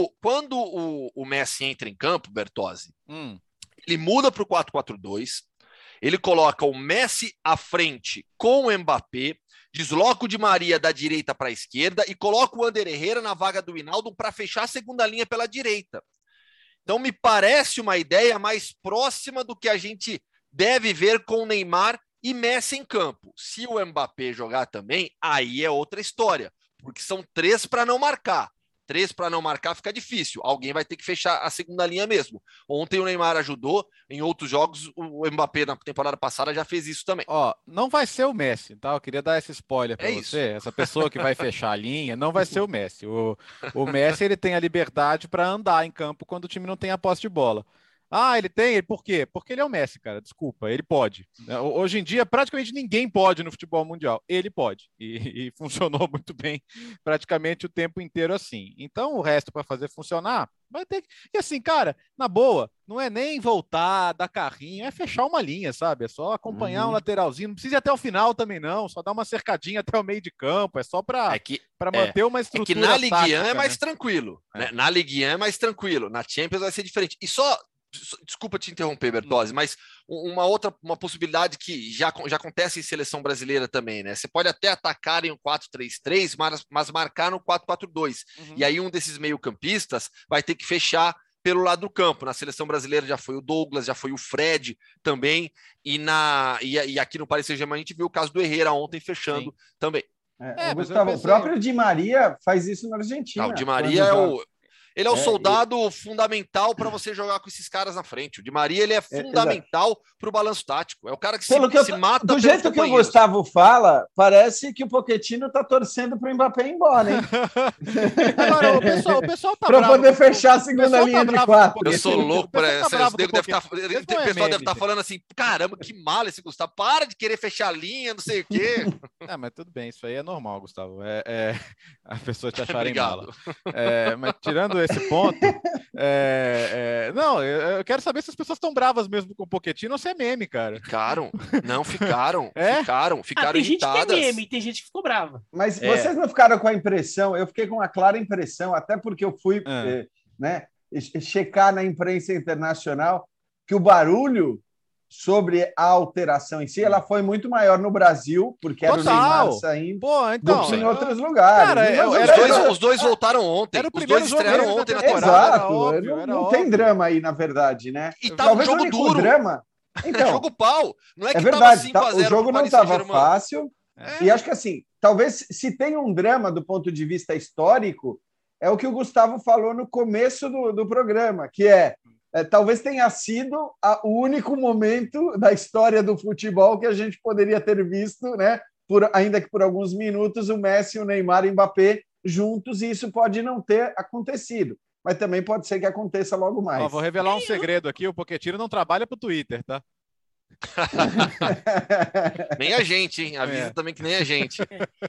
o Messi entra em campo, Bertozzi, ele muda para o 4-4-2, ele coloca o Messi à frente com o Mbappé, desloca o Di Maria da direita para a esquerda e coloca o Ander Herrera na vaga do Hinaldo para fechar a segunda linha pela direita. Então me parece uma ideia mais próxima do que a gente deve ver com Neymar e Messi em campo. Se o Mbappé jogar também, aí é outra história, porque são 3 para não marcar. 3 para não marcar fica difícil. Alguém vai ter que fechar a segunda linha mesmo. Ontem o Neymar ajudou, em outros jogos o Mbappé na temporada passada já fez isso também. Ó, não vai ser o Messi, tá? Eu queria dar esse spoiler para você. Isso. Essa pessoa que vai fechar a linha não vai ser o Messi. O Messi ele tem a liberdade para andar em campo quando o time não tem a posse de bola. Ah, ele tem? Por quê? Porque ele é o Messi, cara. Desculpa, ele pode. Hoje em dia, praticamente ninguém pode no futebol mundial. Ele pode. E funcionou muito bem praticamente o tempo inteiro assim. Então, o resto para fazer funcionar, vai ter que... E assim, cara, na boa, não é nem voltar, dar carrinho, é fechar uma linha, sabe? É só acompanhar um lateralzinho. Não precisa ir até o final também, não. Só dar uma cercadinha até o meio de campo. É só para manter uma estrutura. É que na Ligue 1 tática, é mais tranquilo. Né? Na Ligue 1 é mais tranquilo. Na Champions vai ser diferente. E só... Desculpa te interromper, Bertozzi, mas uma possibilidade que já acontece em seleção brasileira também, né? Você pode até atacar em um 4-3-3, mas marcar no 4-4-2. E aí um desses meio-campistas vai ter que fechar pelo lado do campo. Na seleção brasileira já foi o Douglas, já foi o Fred também, e aqui no Paris Saint-Germain a gente viu o caso do Herrera ontem fechando também. Gustavo, o próprio Di Maria faz isso na Argentina. O Di Maria ele é o soldado fundamental para você jogar com esses caras na frente. O Di Maria ele é fundamental para o balanço tático. É o cara que se mata. Do jeito que o Gustavo fala, parece que o Pochettino está torcendo para o Mbappé ir embora, hein? Agora, o pessoal tá para poder fechar a segunda linha de 4. Eu sou louco para essa. O pessoal deve estar falando assim: caramba, que mal esse Gustavo. Para de querer fechar a linha, não sei o quê. Mas tudo bem, isso aí é normal, Gustavo. A pessoa te acharem mala. Mas tirando esse ponto, não, eu quero saber se as pessoas estão bravas mesmo com o Pochettino ou se é meme, cara. Ficaram tem irritadas. Gente que é meme, tem gente que ficou brava. Mas vocês não ficaram com a impressão, eu fiquei com uma clara impressão, até porque eu fui checar na imprensa internacional que o barulho sobre a alteração em si, ela foi muito maior no Brasil, porque era o Neymar saindo, do que em outros lugares. Cara, os dois voltaram ontem. Os dois estrearam ontem na temporada. Exato, não tem drama aí, na verdade, né? E tava um jogo duro. Drama... Então, jogo pau. Não é que verdade, tava 5-0 o jogo não estava fácil. E acho que assim, talvez se tem um drama do ponto de vista histórico, é o que o Gustavo falou no começo do programa, que talvez tenha sido o único momento da história do futebol que a gente poderia ter visto, né? Ainda que por alguns minutos, o Messi, o Neymar e o Mbappé juntos, e isso pode não ter acontecido. Mas também pode ser que aconteça logo mais. Vou revelar um segredo aqui, o Pochettino não trabalha para o Twitter, tá? Nem a gente, hein? Avisa também que nem a gente.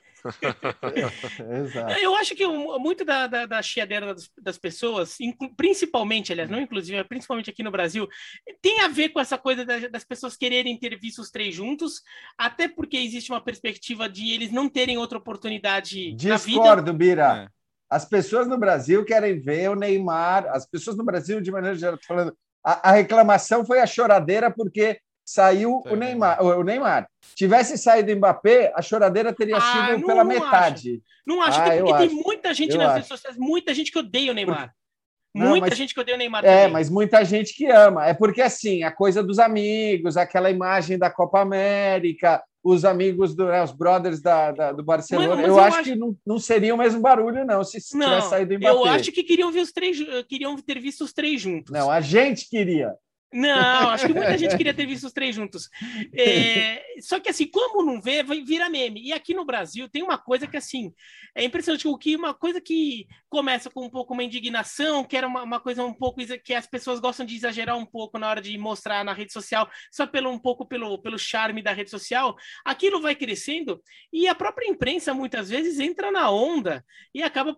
Exato. Eu acho que muito da chiadeira das pessoas, principalmente, aliás, não inclusive, mas principalmente aqui no Brasil, tem a ver com essa coisa das pessoas quererem ter visto os três juntos, até porque existe uma perspectiva de eles não terem outra oportunidade na vida. Discordo, Bira. As pessoas no Brasil querem ver o Neymar, as pessoas no Brasil, de maneira geral, falando, a reclamação foi a choradeira porque saiu o Neymar. Tivesse saído o Mbappé, a choradeira teria sido pela metade. Não acho, porque tem muita gente nas redes sociais, muita gente que odeia o Neymar. Muita gente que odeia o Neymar também. Mas muita gente que ama. É porque, assim, a coisa dos amigos, aquela imagem da Copa América, os amigos, os brothers do Barcelona, mas eu acho que não seria o mesmo barulho, não, se tivesse saído o Mbappé. Eu acho que queriam ter visto os três juntos. Não, a gente queria. Não, acho que muita gente queria ter visto os três juntos. Só que, assim, como não vê, vai virar meme. E aqui no Brasil tem uma coisa que, assim, é impressionante. Uma coisa que começa com um pouco uma indignação, que era uma coisa um pouco que as pessoas gostam de exagerar um pouco na hora de mostrar na rede social, só um pouco pelo charme da rede social. Aquilo vai crescendo e a própria imprensa, muitas vezes, entra na onda e acaba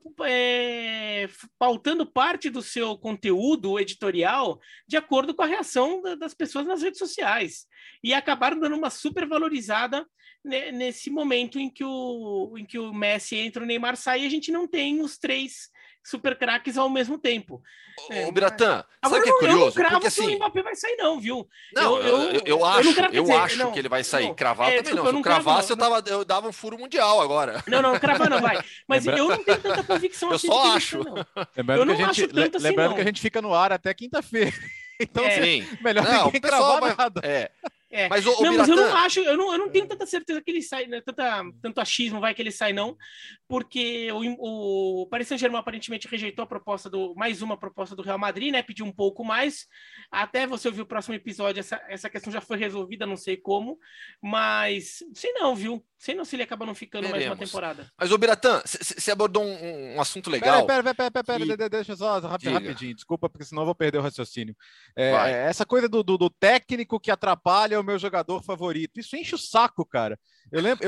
pautando parte do seu conteúdo editorial de acordo com a reação das pessoas nas redes sociais e acabaram dando uma super valorizada nesse momento em que o Messi entra, o Neymar sai e a gente não tem os três super craques ao mesmo tempo. Ô, Biratã, sabe o que é curioso? Eu não cravo porque, assim, que o Mbappé vai sair não, viu? Não, eu acho que ele vai sair. Cravar também não. Se eu cravasse, eu dava um furo mundial agora. Não, cravar não vai. Mas eu não tenho tanta convicção assim. Eu só acho. Lembrando que a gente fica no ar até quinta-feira. Então, melhor ninguém cravar nada. Mas eu não acho, eu não tenho tanta certeza que ele sai, né? Tanto achismo vai que ele sai, não, porque o Paris Saint-Germain aparentemente rejeitou mais uma proposta do Real Madrid, né? Pediu um pouco mais. Até você ouvir o próximo episódio, essa questão já foi resolvida, não sei como, mas sei não, viu? Sei não se ele acaba não ficando mais uma temporada. Mas, ô Biratã, você abordou um assunto legal. Pera, deixa só rapidinho, desculpa, porque senão eu vou perder o raciocínio. Essa coisa do técnico que atrapalha o meu jogador favorito, isso enche o saco, cara. Eu lembro,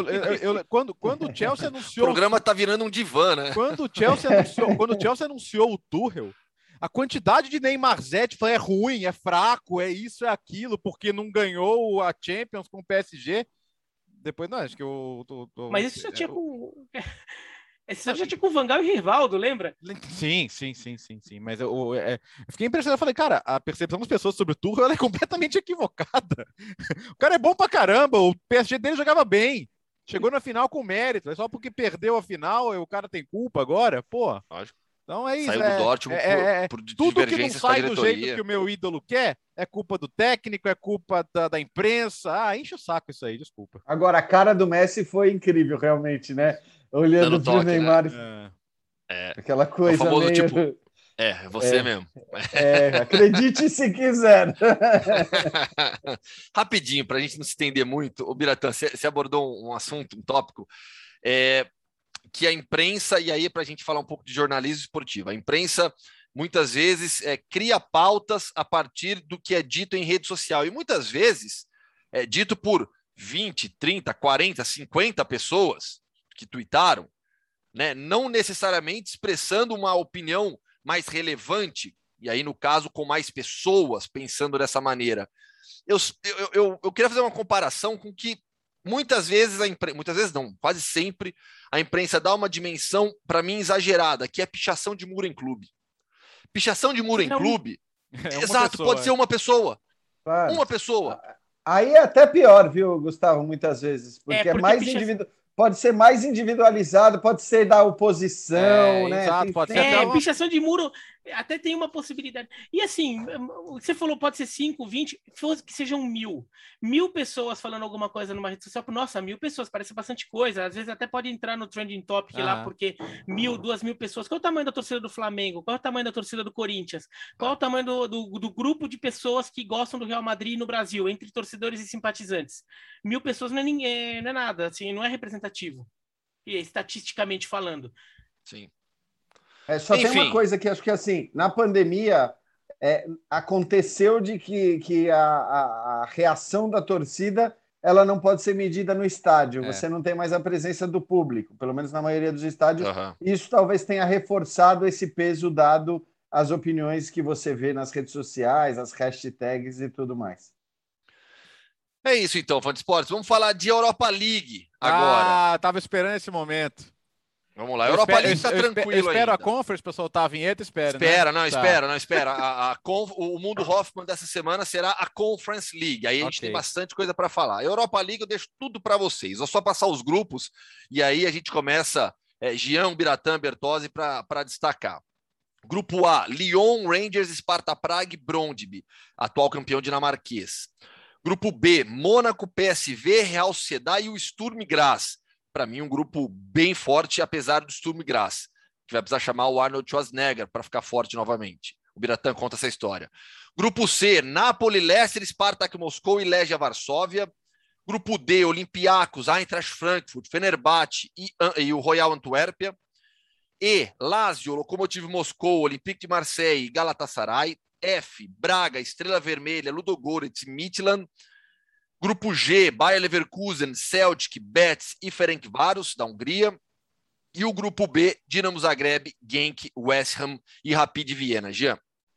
quando o Chelsea anunciou... O programa tá virando um divã, né? Quando o Chelsea anunciou o Tuchel, a quantidade de Neymarzete foi: é ruim, é fraco, é isso, é aquilo, porque não ganhou a Champions com o PSG. Depois, não, acho que Mas isso já tinha com... Esse já tinha com o Van Gaal e Rivaldo, lembra? Sim. Mas eu fiquei impressionado. Eu falei, cara, a percepção das pessoas sobre o Tuchel ela é completamente equivocada. O cara é bom pra caramba, o PSG dele jogava bem. Chegou na final com mérito. É só porque perdeu a final e o cara tem culpa agora? Pô. Lógico. Então é isso. Saiu do Dortmund por tudo que não sai do jeito que o meu ídolo quer é culpa do técnico, é culpa da imprensa. Enche o saco isso aí, desculpa. Agora, a cara do Messi foi incrível, realmente, né? Olhando pro Neymar. Né? Aquela coisa o famoso, meio... tipo, você mesmo. Acredite se quiser. Rapidinho, para a gente não se estender muito, o Biratã, você abordou um assunto, um tópico, que a imprensa, e aí para a gente falar um pouco de jornalismo esportivo, a imprensa muitas vezes cria pautas a partir do que é dito em rede social, e muitas vezes é dito por 20, 30, 40, 50 pessoas que tuitaram, né, não necessariamente expressando uma opinião mais relevante, e aí no caso com mais pessoas pensando dessa maneira. Eu queria fazer uma comparação com que muitas vezes muitas vezes não, quase sempre a imprensa dá uma dimensão, para mim, exagerada, que é pichação de muro em clube. Pichação de muro em clube, exato, pode ser uma pessoa. Claro. Uma pessoa. Aí é até pior, viu, Gustavo, muitas vezes, porque é mais individual. Pode ser mais individualizado, pode ser da oposição, né? Exato, pode ser pichação de muro até tem uma possibilidade. E assim, você falou pode ser 5, 20, que sejam 1.000. 1.000 pessoas falando alguma coisa numa rede social. Nossa, 1.000 pessoas, parece bastante coisa. Às vezes até pode entrar no trending topic lá, porque 1.000, 2.000 pessoas. Qual é o tamanho da torcida do Flamengo? Qual é o tamanho da torcida do Corinthians? Qual é o tamanho do grupo de pessoas que gostam do Real Madrid no Brasil, entre torcedores e simpatizantes? 1.000 pessoas não é nada, assim, não é representativo, estatisticamente falando. Sim. Só tem uma coisa que acho que, assim, na pandemia aconteceu de que a reação da torcida ela não pode ser medida no estádio. Você não tem mais a presença do público, pelo menos na maioria dos estádios. Isso talvez tenha reforçado esse peso dado às opiniões que você vê nas redes sociais, as hashtags e tudo mais. É isso então, fã de esportes. Vamos falar de Europa League agora. Tava esperando esse momento. Vamos lá, a Europa League está tranquilo ainda. Eu espero a Conference para soltar a vinheta, espera. Espera. O Mundo Hoffman dessa semana será a Conference League. Aí a gente tem bastante coisa para falar. A Europa League eu deixo tudo para vocês. Vou só passar os grupos e aí a gente começa Jean, Biratã, Bertozzi para destacar. Grupo A, Lyon, Rangers, Sparta Prague, Brondby, atual campeão dinamarquês. Grupo B, Mônaco, PSV, Real Sociedad e o Sturm Graz. Para mim, um grupo bem forte, apesar do Sturm Graz, que vai precisar chamar o Arnold Schwarzenegger para ficar forte novamente. O Biratã conta essa história. Grupo C, Napoli, Leicester, Spartak Moscou e Legia Varsóvia. Grupo D, Olympiacos, Eintracht Frankfurt, Fenerbahçe e o Royal Antuérpia. E, Lazio, Lokomotiv Moscou, Olympique de Marseille e Galatasaray. F, Braga, Estrela Vermelha, Ludogorets e Midtjylland. Grupo G, Bayer Leverkusen, Celtic, Betis e Ferencváros, da Hungria. E o grupo B, Dinamo Zagreb, Genk, West Ham e Rapid Viena. Jean?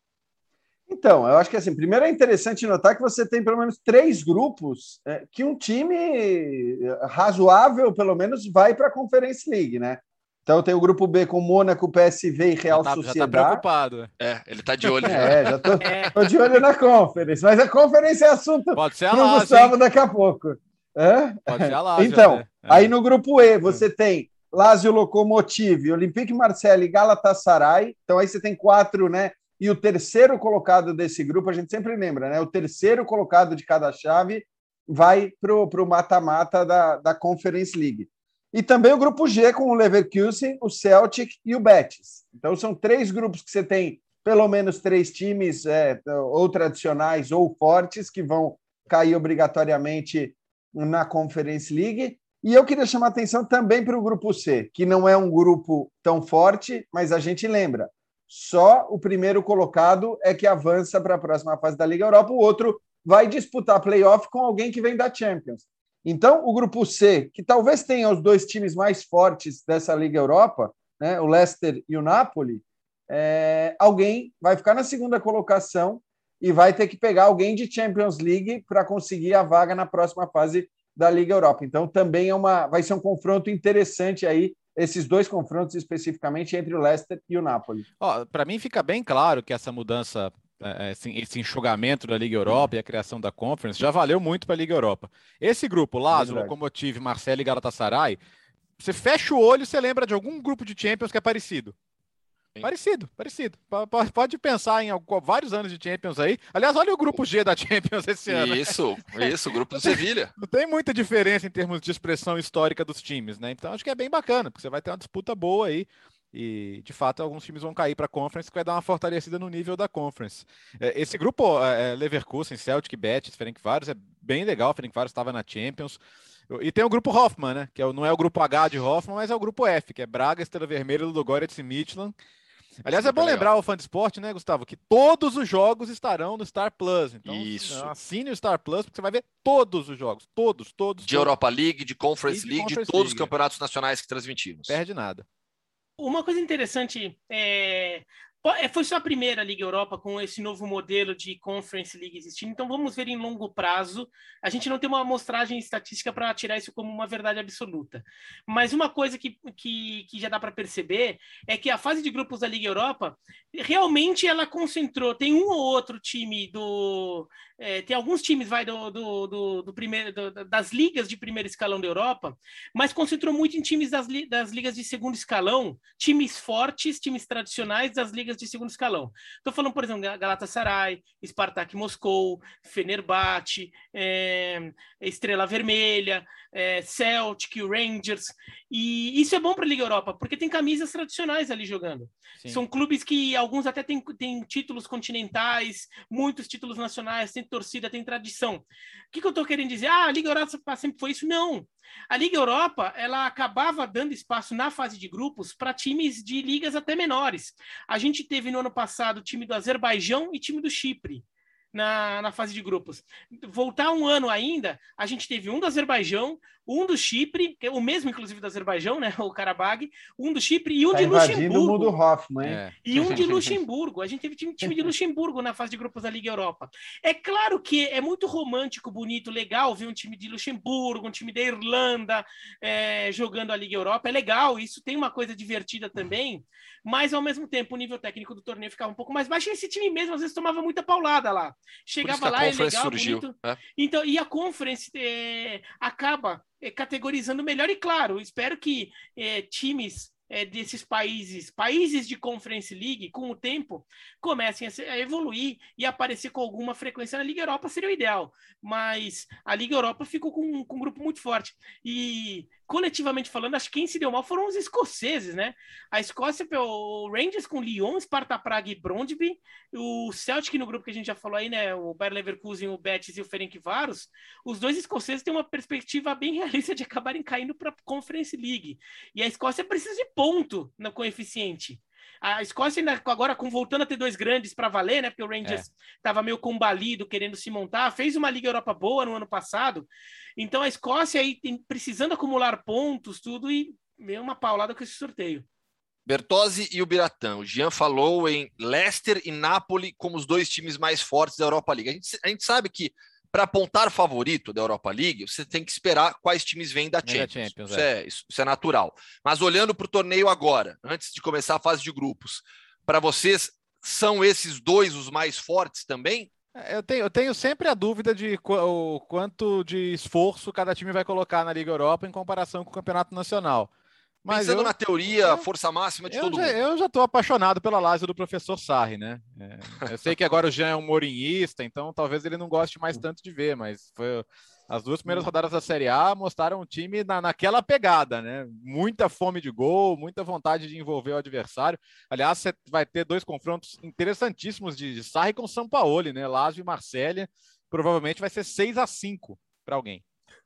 Então, eu acho que assim, primeiro é interessante notar que você tem pelo menos 3 grupos que um time razoável, pelo menos, vai para a Conference League, né? Então tem o grupo B com Mônaco, PSV e Real Sociedad. Já tá preocupado. Ele tá de olho. Já tô de olho na Conference. Mas a Conference é assunto Pode ser pro Gustavo daqui a pouco. Pode ser a Lazio. Então, aí no grupo E você tem Lazio, Lokomotiv, Olympique Marseille e Galatasaray. Então aí você tem 4, né? E o terceiro colocado desse grupo, a gente sempre lembra, né? O terceiro colocado de cada chave vai pro mata-mata da Conference League. E também o grupo G com o Leverkusen, o Celtic e o Betis. Então são 3 grupos que você tem pelo menos 3 times ou tradicionais ou fortes que vão cair obrigatoriamente na Conference League. E eu queria chamar a atenção também para o grupo C, que não é um grupo tão forte, mas a gente lembra, só o primeiro colocado é que avança para a próxima fase da Liga Europa, o outro vai disputar playoff com alguém que vem da Champions. Então, o grupo C, que talvez tenha os 2 times mais fortes dessa Liga Europa, né, o Leicester e o Napoli, alguém vai ficar na segunda colocação e vai ter que pegar alguém de Champions League para conseguir a vaga na próxima fase da Liga Europa. Então, também vai ser um confronto interessante aí, esses 2 confrontos especificamente entre o Leicester e o Napoli. Para mim fica bem claro que essa mudança, esse enxugamento da Liga Europa e a criação da Conference já valeu muito para a Liga Europa. Esse grupo, Lazio, Lokomotiv, Marseille e Galatasaray, você fecha o olho e você lembra de algum grupo de Champions que é parecido. Sim. Parecido. Pode pensar em vários anos de Champions aí. Aliás, olha o grupo G da Champions esse ano. Isso, o grupo do Sevilha. Não tem muita diferença em termos de expressão histórica dos times, né? Então acho que é bem bacana, porque você vai ter uma disputa boa aí. E, de fato, alguns times vão cair para a Conference, que vai dar uma fortalecida no nível da Conference. Esse grupo, Leverkusen, Celtic, Betis, Ferencváros, é bem legal. Ferencváros estava na Champions. E tem o grupo Hoffmann, né? Que não é o grupo H de Hoffmann, mas é o grupo F, que é Braga, Estrela Vermelha, Ludogorets e Midtjylland. Aliás, é bom lembrar o fã de esporte, né, Gustavo, que todos os jogos estarão no Star Plus. Então, assine o Star Plus, porque você vai ver todos os jogos. Todos. De Europa League, de Conference League, de todos os campeonatos nacionais que transmitimos. Perde nada. Uma coisa interessante foi só a primeira Liga Europa com esse novo modelo de Conference League existindo, então vamos ver em longo prazo. A gente não tem uma amostragem estatística para tirar isso como uma verdade absoluta, mas uma coisa que já dá para perceber é que a fase de grupos da Liga Europa realmente ela concentrou, tem um ou outro time tem alguns times do primeiro, das ligas de primeiro escalão da Europa, mas concentrou muito em times das ligas de segundo escalão, times fortes, times tradicionais das ligas de segundo escalão. Estou falando, por exemplo, Galatasaray, Spartak Moscou, Fenerbahçe, Estrela Vermelha, Celtic, Rangers, e isso é bom para a Liga Europa, porque tem camisas tradicionais ali jogando. Sim. São clubes que alguns até têm títulos continentais, muitos títulos nacionais, tem torcida, tem tradição. O que eu estou querendo dizer? A Liga Europa sempre foi isso? Não. A Liga Europa, ela acabava dando espaço na fase de grupos para times de ligas até menores. A gente teve no ano passado o time do Azerbaijão e time do Chipre. na fase de grupos. Voltar um ano ainda, a gente teve um do Azerbaijão, um do Chipre, que é o mesmo, inclusive, do Azerbaijão, né? O Karabag, um do Chipre e um de Luxemburgo. O mundo Hoffman, hein? E um de Luxemburgo. A gente teve time de Luxemburgo na fase de grupos da Liga Europa. É claro que é muito romântico, bonito, legal ver um time de Luxemburgo, um time da Irlanda jogando a Liga Europa. É legal, isso tem uma coisa divertida também, mas ao mesmo tempo o nível técnico do torneio ficava um pouco mais baixo e esse time mesmo às vezes tomava muita paulada lá. Chegava lá, é legal, surgiu, bonito. Então, e a Conference acaba categorizando melhor e claro, espero que times desses países de Conference League, com o tempo, comecem a evoluir e aparecer com alguma frequência na Liga Europa, seria o ideal. Mas a Liga Europa ficou com um grupo muito forte. E, coletivamente falando, acho que quem se deu mal foram os escoceses, né? A Escócia, o Rangers com Lyon, Sparta Praga e Brøndby, o Celtic no grupo que a gente já falou aí, né? O Bayer Leverkusen, o Betis e o Ferencváros. Os dois escoceses têm uma perspectiva bem realista de acabarem caindo para a Conference League. E a Escócia precisa de ponto no coeficiente. A Escócia ainda agora voltando a ter dois grandes para valer, né? Porque o Rangers estava meio combalido, querendo se montar, fez uma Liga Europa boa no ano passado. Então a Escócia aí precisando acumular pontos, tudo, e meio uma paulada com esse sorteio. Bertozzi e o Biratã. O Jean falou em Leicester e Napoli como os dois times mais fortes da Europa League. A gente sabe que para apontar favorito da Europa League, você tem que esperar quais times vêm da Champions. Isso é natural. Mas olhando para o torneio agora, antes de começar a fase de grupos, para vocês, são esses dois os mais fortes também? Eu tenho sempre a dúvida de o quanto de esforço cada time vai colocar na Liga Europa em comparação com o Campeonato Nacional. Mas pensando na teoria, força máxima de todo mundo. Eu já estou apaixonado pela Lazio do professor Sarri, né? Eu sei que agora o Jean é um mourinhista, então talvez ele não goste mais tanto de ver, mas as duas primeiras rodadas da Série A mostraram um time naquela pegada, né? Muita fome de gol, muita vontade de envolver o adversário. Aliás, você vai ter dois confrontos interessantíssimos de Sarri com Sampaoli, né? Lazio e Marselha. Provavelmente vai ser 6-5 para alguém.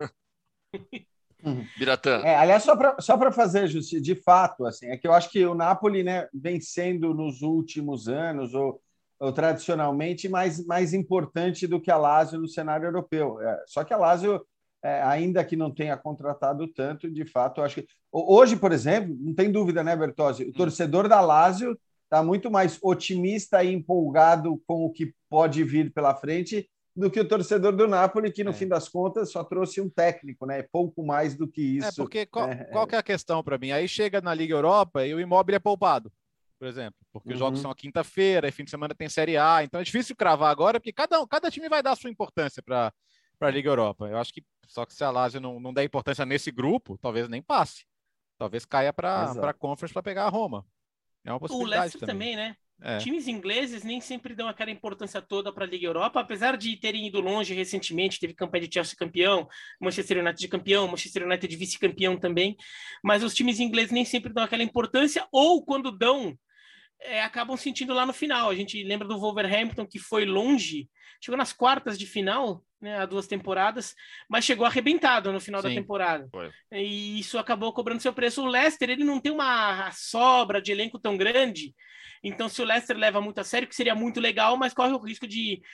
Biratã. Aliás, só para fazer justiça, de fato, assim, é que eu acho que o Napoli, né, vem sendo nos últimos anos, ou tradicionalmente, mais importante do que a Lazio no cenário europeu. Só que a Lazio, ainda que não tenha contratado tanto, de fato, eu acho que... Hoje, por exemplo, não tem dúvida, né, Bertozzi? O torcedor da Lazio está muito mais otimista e empolgado com o que pode vir pela frente do que o torcedor do Napoli, que no fim das contas só trouxe um técnico, né? Pouco mais do que isso. Porque qual que é a questão para mim? Aí chega na Liga Europa e o Immobile é poupado, por exemplo, porque os jogos são a quinta-feira, e fim de semana tem Série A, então é difícil cravar agora, porque cada time vai dar a sua importância para a Liga Europa. Eu acho que só que se a Lazio não der importância nesse grupo, talvez nem passe. Talvez caia para a Conference para pegar a Roma. É uma possibilidade. O Leicester também, né? Times ingleses nem sempre dão aquela importância toda para a Liga Europa, apesar de terem ido longe recentemente, teve campanha de Chelsea campeão, Manchester United de campeão, Manchester United de vice-campeão também, mas os times ingleses nem sempre dão aquela importância, ou quando dão, acabam sentindo lá no final. A gente lembra do Wolverhampton, que foi longe, chegou nas quartas de final, né, há 2 temporadas, mas chegou arrebentado no final da temporada. Foi. E isso acabou cobrando seu preço. O Leicester, ele não tem uma sobra de elenco tão grande, então se o Leicester leva muito a sério, que seria muito legal, mas corre o risco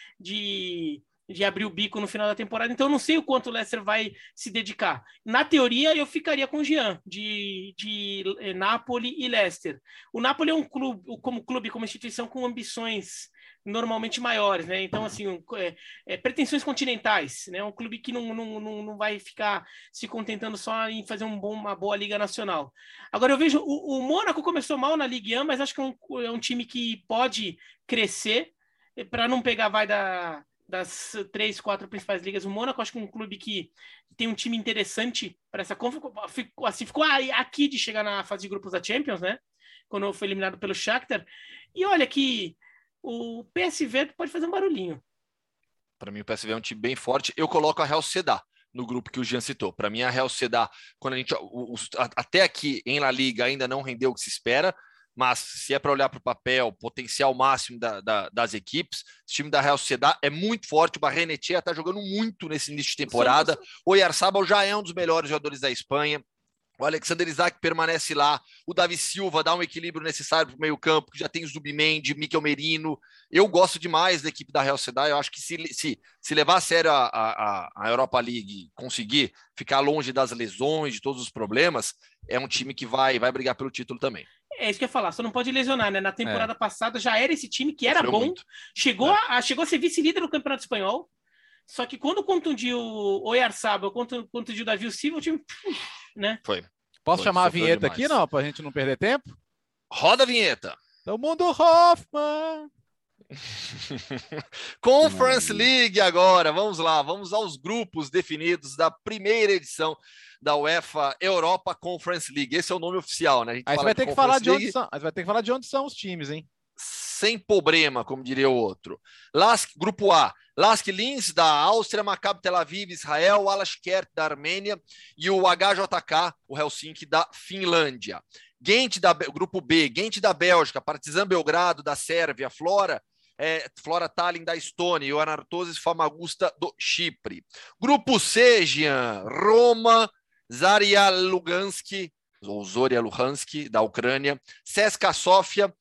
de abrir o bico no final da temporada. Então eu não sei o quanto o Leicester vai se dedicar. Na teoria, eu ficaria com o Jean, de Napoli e Leicester. O Napoli é um clube, como instituição, com ambições normalmente maiores, né? Então, assim, pretensões continentais, né? Um clube que não vai ficar se contentando só em fazer uma boa Liga Nacional. Agora, eu vejo o Mônaco começou mal na Ligue 1, mas acho que é um time que pode crescer para não pegar das 3, 4 principais ligas. O Mônaco, acho que é um clube que tem um time interessante para essa Conference. Ficou aqui de chegar na fase de grupos da Champions, né? Quando foi eliminado pelo Shakhtar. E olha que o PSV pode fazer um barulhinho. Para mim, o PSV é um time bem forte. Eu coloco a Real Sociedad no grupo que o Jean citou. Para mim, a Real Sociedad, quando a gente até aqui em La Liga ainda não rendeu o que se espera, mas se é para olhar para o papel, potencial máximo das equipes, o time da Real Sociedad é muito forte. O Barrenetxea está jogando muito nesse início de temporada. O Oyarzabal já é um dos melhores jogadores da Espanha. O Alexander Isak permanece lá. O Davi Silva dá um equilíbrio necessário para o meio-campo, que já tem Zubimendi, Mikel Merino. Eu gosto demais da equipe da Real Sociedad. Eu acho que se levar a sério a Europa League e conseguir ficar longe das lesões, de todos os problemas, é um time que vai brigar pelo título também. É isso que eu ia falar, só não pode lesionar, né? Na temporada passada já era esse time que era bom, chegou a ser vice-líder no Campeonato Espanhol, só que quando contundiu o Oyarzabal, contundiu o Davi Silva, o time, né? Posso chamar a vinheta aqui, não? Pra gente não perder tempo? Roda a vinheta. Todo mundo Hoffman. Conference League agora, vamos lá, vamos aos grupos definidos da primeira edição da UEFA Europa Conference League. Esse é o nome oficial, né? Aí você vai ter que falar de onde são, vai ter que falar de onde são os times, hein? Sem problema, como diria o outro. Grupo A, Lask Linz da Áustria, Maccabi Tel Aviv, Israel, Alashkert da Armênia e o HJK, o Helsinki da Finlândia. Grupo B, Gent da Bélgica, Partizan Belgrado da Sérvia, Flora Tallinn da Estônia e o Anorthosis Famagusta do Chipre. Grupo C, Jean, Roma, Zarya Lugansk, ou Zorya Luhansk da Ucrânia, CSKA Sofia.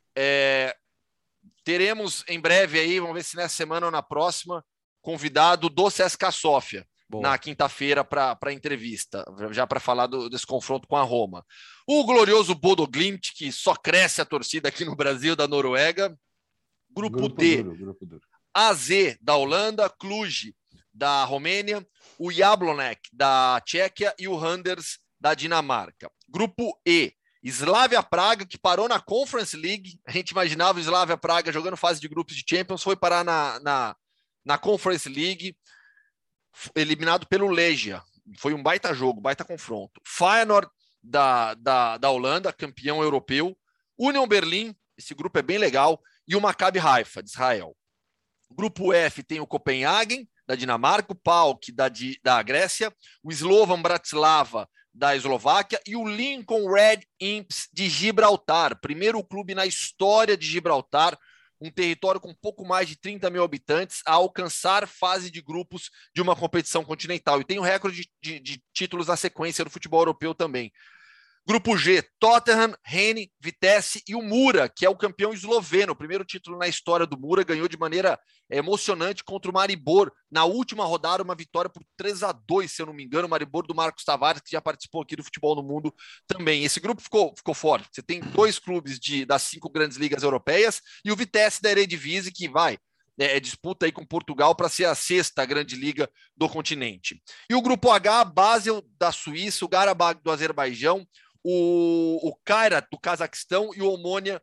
Teremos em breve aí, vamos ver se nessa semana ou na próxima, convidado do CSKA Sofia. Boa. Na quinta-feira para entrevista, já para falar desse confronto com a Roma. O glorioso Bodo Glimt, que só cresce a torcida aqui no Brasil, da Noruega. Grupo D, grupo duro. AZ da Holanda, Cluj da Romênia, o Jablonec da Tchequia e o Randers da Dinamarca. Grupo E, Slavia Praga, que parou na Conference League. A gente imaginava o Slavia Praga jogando fase de grupos de Champions, foi parar na Conference League, eliminado pelo Legia. Foi um baita jogo, baita confronto. Feyenoord da Holanda, campeão europeu. Union Berlin, esse grupo é bem legal. E o Maccabi Haifa, de Israel. Grupo F tem o Copenhagen, da Dinamarca, o PAOK da Grécia, o Slovan Bratislava, da Eslováquia, e o Lincoln Red Imps de Gibraltar, primeiro clube na história de Gibraltar, um território com pouco mais de 30 mil habitantes, a alcançar fase de grupos de uma competição continental. E tem o recorde de títulos na sequência do futebol europeu também. Grupo G, Tottenham, Rennes, Vitesse e o Mura, que é o campeão esloveno, o primeiro título na história do Mura, ganhou de maneira emocionante contra o Maribor. Na última rodada, uma vitória por 3-2, se eu não me engano, o Maribor do Marcos Tavares, que já participou aqui do Futebol no Mundo também. Esse grupo ficou forte. Você tem 2 clubes das 5 grandes ligas europeias e o Vitesse da Eredivisie, que disputa aí com Portugal para ser a 6ª grande liga do continente. E o grupo H, Basel da Suíça, o Qarabağ do Azerbaijão, o Kairat do Cazaquistão e o Omônia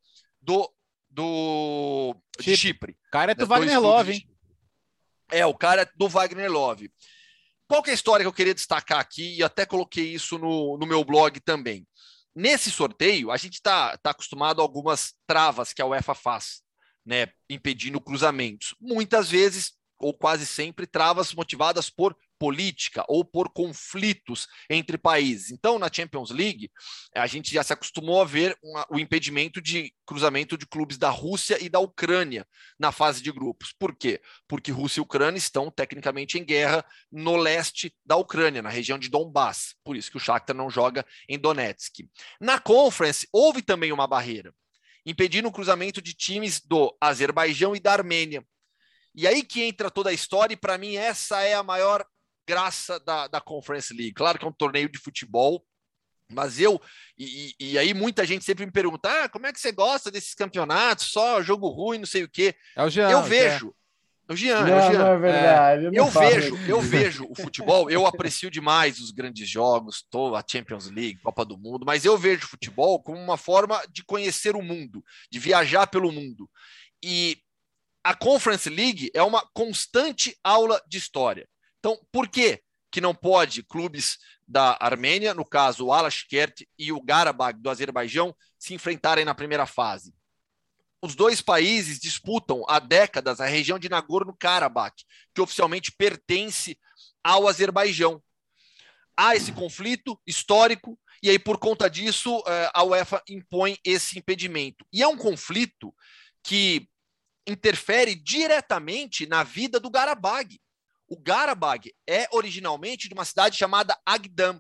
de Chipre. Kairat do Wagner Love, hein? O Kairat do Wagner Love. Qual que é a história que eu queria destacar aqui, e até coloquei isso no meu blog também. Nesse sorteio, a gente está acostumado a algumas travas que a UEFA faz, né, impedindo cruzamentos. Muitas vezes, ou quase sempre, travas motivadas por política ou por conflitos entre países. Então, na Champions League, a gente já se acostumou a ver o impedimento de cruzamento de clubes da Rússia e da Ucrânia na fase de grupos. Por quê? Porque Rússia e Ucrânia estão tecnicamente em guerra no leste da Ucrânia, na região de Donbass. Por isso que o Shakhtar não joga em Donetsk. Na Conference, houve também uma barreira, impedindo o cruzamento de times do Azerbaijão e da Armênia. E aí que entra toda a história, e para mim essa é a maior graça da Conference League. Claro que é um torneio de futebol, mas e aí muita gente sempre me pergunta, como é que você gosta desses campeonatos? Só jogo ruim, não sei o quê. É o Jean. Eu vejo. O Jean, não é verdade. Eu vejo o futebol, eu aprecio demais os grandes jogos, a Champions League, Copa do Mundo, mas eu vejo o futebol como uma forma de conhecer o mundo, de viajar pelo mundo. E a Conference League é uma constante aula de história. Então, por que não pode clubes da Armênia, no caso o Alashkert e o Qarabağ do Azerbaijão, se enfrentarem na primeira fase? Os 2 países disputam há décadas a região de Nagorno-Karabakh, que oficialmente pertence ao Azerbaijão. Há esse conflito histórico e aí, por conta disso, a UEFA impõe esse impedimento. E é um conflito que interfere diretamente na vida do Qarabağ. O Qarabağ é originalmente de uma cidade chamada Agdam,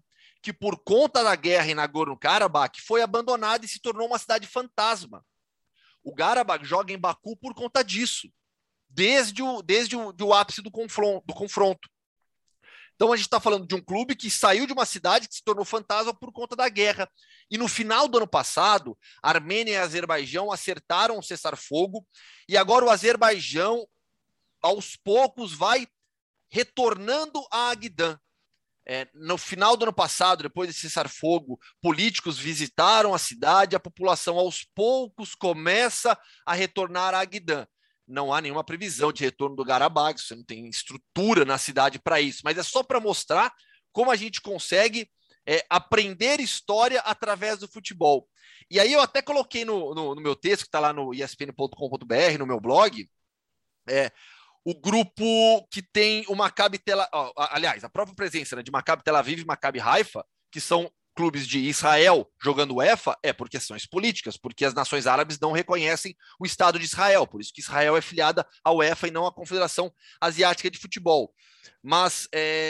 que por conta da guerra em Nagorno-Karabakh foi abandonada e se tornou uma cidade fantasma. O Karabakh joga em Baku por conta disso, desde o ápice do confronto. Então a gente está falando de um clube que saiu de uma cidade que se tornou fantasma por conta da guerra. E no final do ano passado, Armênia e Azerbaijão acertaram o cessar-fogo, e agora o Azerbaijão, aos poucos, vai retornando a Agdan. No final do ano passado, depois desse cessar-fogo, políticos visitaram a cidade, a população aos poucos começa a retornar a Agdan. Não há nenhuma previsão de retorno do Karabakh, você não tem estrutura na cidade para isso, mas é só para mostrar como a gente consegue aprender história através do futebol. E aí eu até coloquei no meu texto, que está lá no espn.com.br, no meu blog, o grupo que tem o Maccabi aliás, a própria presença, né, de Maccabi Tel Aviv e Maccabi Haifa, que são clubes de Israel jogando UEFA, por questões políticas, porque as nações árabes não reconhecem o Estado de Israel, por isso que Israel é filiada à UEFA e não à Confederação Asiática de Futebol. Mas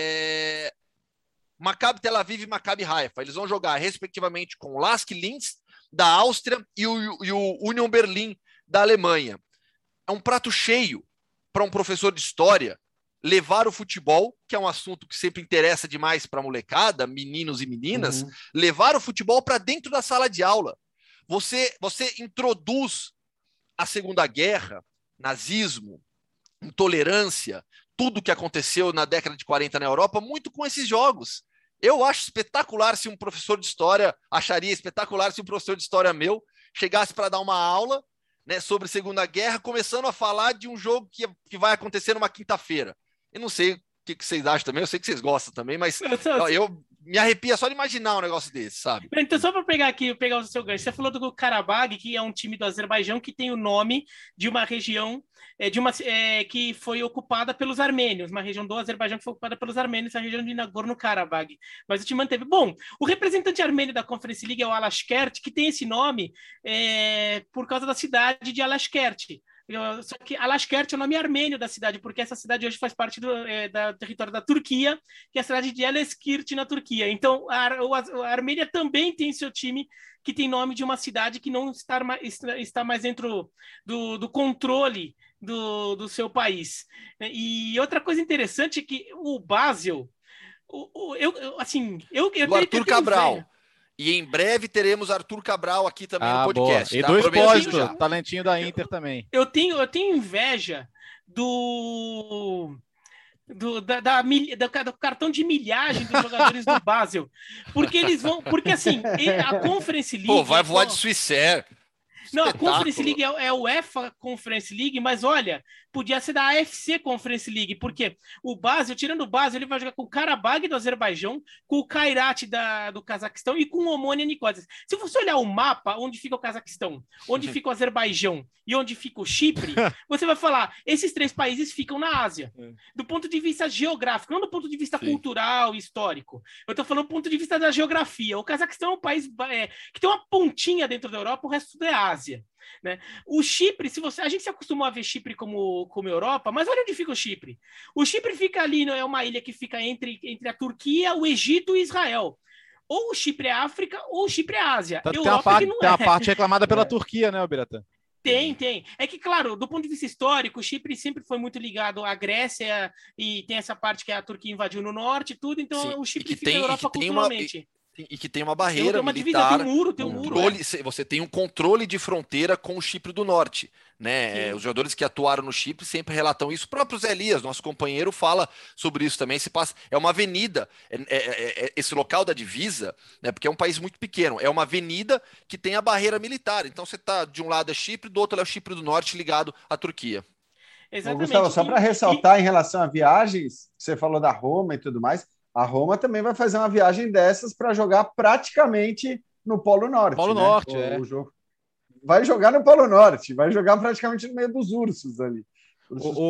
Maccabi Tel Aviv e Maccabi Haifa, eles vão jogar respectivamente com o LASK Linz da Áustria e o Union Berlin da Alemanha. É um prato cheio para um professor de história levar o futebol, que é um assunto que sempre interessa demais para a molecada, meninos e meninas, levar o futebol para dentro da sala de aula. Você introduz a Segunda Guerra, nazismo, intolerância, tudo que aconteceu na década de 40 na Europa, muito com esses jogos. Eu acho espetacular se um professor de história, acharia espetacular se um professor de história meu chegasse para dar uma aula, né, sobre Segunda Guerra, começando a falar de um jogo que vai acontecer numa quinta-feira. Eu não sei o que vocês acham também, eu sei que vocês gostam também, mas eu me arrepia só de imaginar um negócio desse, sabe? Então, só para pegar o seu gancho, você falou do Karabakh, que é um time do Azerbaijão que tem o nome de uma região que foi ocupada pelos armênios, uma região do Azerbaijão que foi ocupada pelos armênios, a região de Nagorno-Karabakh. Mas o time manteve. Bom, o representante armênio da Conference League é o Alashkert, que tem esse nome por causa da cidade de Alashkert. Só que Alashkert é o nome armênio da cidade, porque essa cidade hoje faz parte do território da Turquia, que é a cidade de Eleskirch, na Turquia. Então, a Armênia também tem seu time, que tem nome de uma cidade que não está mais dentro do controle do seu país. E outra coisa interessante é que o Basel, o Arthur Cabral. E em breve teremos Arthur Cabral aqui também no podcast. Boa. E do Espósito, talentinho da Inter também. Eu tenho inveja do cartão de milhagem dos jogadores do Basel. Porque eles vão... Porque assim, a Conference League... vai voar de Swissair. Não, a Conference League é a UEFA Conference League, mas olha, podia ser da AFC Conference League, porque o Basel, tirando o Basel, ele vai jogar com o Karabakh do Azerbaijão, com o Kairat do Cazaquistão e com o Omonia Nicosia. Se você olhar o mapa, onde fica o Cazaquistão, onde fica o Azerbaijão e onde fica o Chipre, você vai falar, esses três países ficam na Ásia. Do ponto de vista geográfico, não do ponto de vista cultural e histórico. Eu estou falando do ponto de vista da geografia. O Cazaquistão é um país que tem uma pontinha dentro da Europa, o resto é Ásia. Né? O Chipre, a gente se acostumou a ver Chipre como Europa, mas olha onde fica o Chipre. O Chipre fica ali, é uma ilha que fica entre a Turquia, o Egito e Israel. Ou o Chipre é África, ou o Chipre é Ásia. Tem a parte reclamada pela Turquia, né, Biratã? Tem. É que, claro, do ponto de vista histórico, o Chipre sempre foi muito ligado à Grécia e tem essa parte que a Turquia invadiu no norte e tudo, então o Chipre fica na Europa culturalmente. E que tem uma barreira militar, tem um muro. Você tem um controle de fronteira com o Chipre do Norte, né? Os jogadores que atuaram no Chipre sempre relatam isso. O próprio Zé Elias, nosso companheiro, fala sobre isso também. É uma avenida, esse local da divisa, né? Porque é um país muito pequeno. É uma avenida que tem a barreira militar. Então você está de um lado é Chipre, do outro é o Chipre do Norte ligado à Turquia. Exatamente. Gustavo, só para ressaltar em relação a viagens, você falou da Roma e tudo mais. A Roma também vai fazer uma viagem dessas para jogar praticamente no Polo Norte. Polo Norte, o jogo. Vai jogar no Polo Norte, vai jogar praticamente no meio dos ursos ali.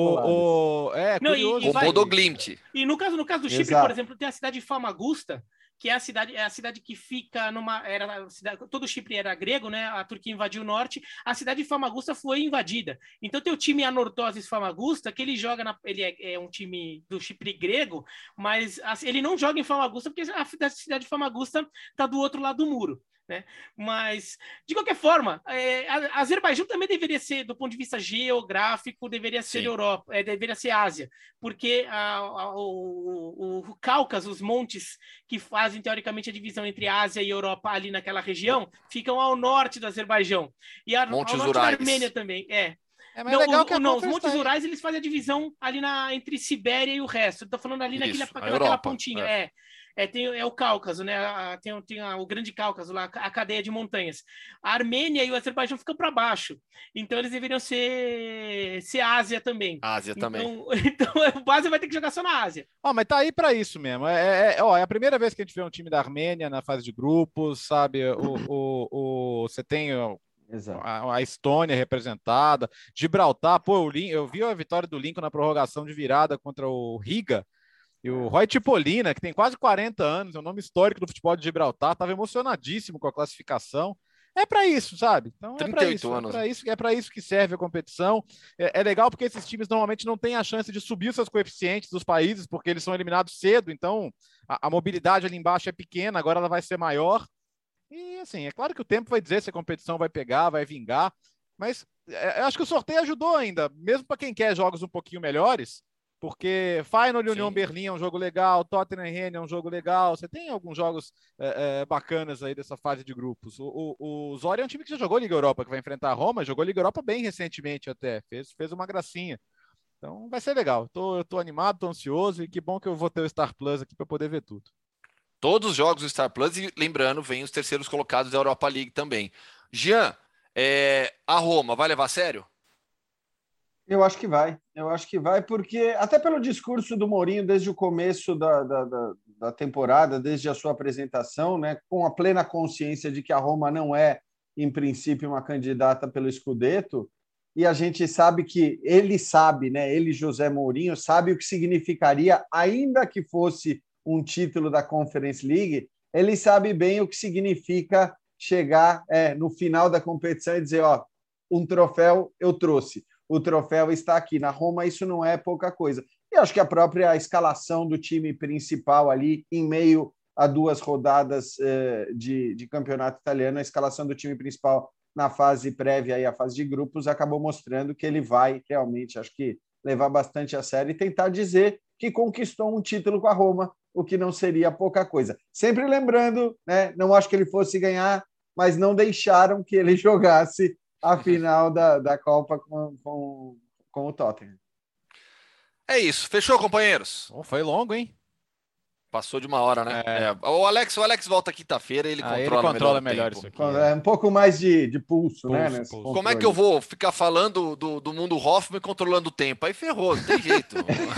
Com Bodo Glimt. E no caso do Chipre, por exemplo, tem a cidade de Famagusta, que é a cidade que fica todo o Chipre era grego, né? A Turquia invadiu o norte, a cidade de Famagusta foi invadida. Então tem o time Anorthosis Famagusta, que ele joga ele é um time do Chipre grego, mas ele não joga em Famagusta porque a cidade de Famagusta está do outro lado do muro. Né? Mas, de qualquer forma, Azerbaijão também deveria ser, do ponto de vista geográfico, deveria ser Europa, deveria ser Ásia, porque o Cáucaso, os montes que fazem teoricamente a divisão entre Ásia e Europa ali naquela região, ficam ao norte do Azerbaijão e ao norte da Armênia também. Os Montes Urais eles fazem a divisão ali entre Sibéria e o resto. Estou falando ali naquela pontinha. É o Cáucaso, né? Tem o Grande Cáucaso lá, a cadeia de montanhas. A Armênia e o Azerbaijão ficam para baixo. Então eles deveriam ser Ásia também. Então o Ásia vai ter que jogar só na Ásia. Mas tá aí para isso mesmo. É a primeira vez que a gente vê um time da Armênia na fase de grupos, sabe? Você tem a Estônia representada, Gibraltar, eu vi a vitória do Lincoln na prorrogação de virada contra o Riga. E o Roy Tipolina, que tem quase 40 anos, é um nome histórico do futebol de Gibraltar, estava emocionadíssimo com a classificação. É para isso, sabe? Então, 38 anos. É para isso que serve a competição. É legal porque esses times normalmente não têm a chance de subir os seus coeficientes dos países, porque eles são eliminados cedo, então a mobilidade ali embaixo é pequena, agora ela vai ser maior. E, assim, é claro que o tempo vai dizer se a competição vai pegar, vai vingar, mas eu acho que o sorteio ajudou ainda, mesmo para quem quer jogos um pouquinho melhores, porque Feyenoord e União Berlim é um jogo legal, Tottenham Rennes é um jogo legal, você tem alguns jogos bacanas aí dessa fase de grupos. O Zorya é um time que já jogou Liga Europa, que vai enfrentar a Roma, jogou Liga Europa bem recentemente até, fez uma gracinha. Então vai ser legal, eu tô animado, tô ansioso e que bom que eu vou ter o Star Plus aqui para poder ver tudo. Todos os jogos do Star Plus e lembrando, vem os terceiros colocados da Europa League também. Jean, a Roma vai levar a sério? Eu acho que vai, porque até pelo discurso do Mourinho desde o começo da temporada, desde a sua apresentação, né, com a plena consciência de que a Roma não é, em princípio, uma candidata pelo Scudetto, e a gente sabe que ele sabe, né, ele, José Mourinho, sabe o que significaria, ainda que fosse um título da Conference League, ele sabe bem o que significa chegar no final da competição e dizer, um troféu eu trouxe. O troféu está aqui. Na Roma, isso não é pouca coisa. E acho que a própria escalação do time principal ali, em meio a 2 rodadas de campeonato italiano, a escalação do time principal na fase prévia e a fase de grupos acabou mostrando que ele vai realmente, acho que, levar bastante a sério e tentar dizer que conquistou um título com a Roma, o que não seria pouca coisa. Sempre lembrando, né, não acho que ele fosse ganhar, mas não deixaram que ele jogasse a final da Copa com o Tottenham. É isso. Fechou, companheiros? Foi longo, hein? Passou de 1 hora, né? O Alex volta quinta-feira, ele controla melhor isso aqui. Um pouco mais de pulso, né? Pulso. Como é que eu vou ficar falando do mundo Hoffman controlando o tempo? Aí ferrou, não tem jeito.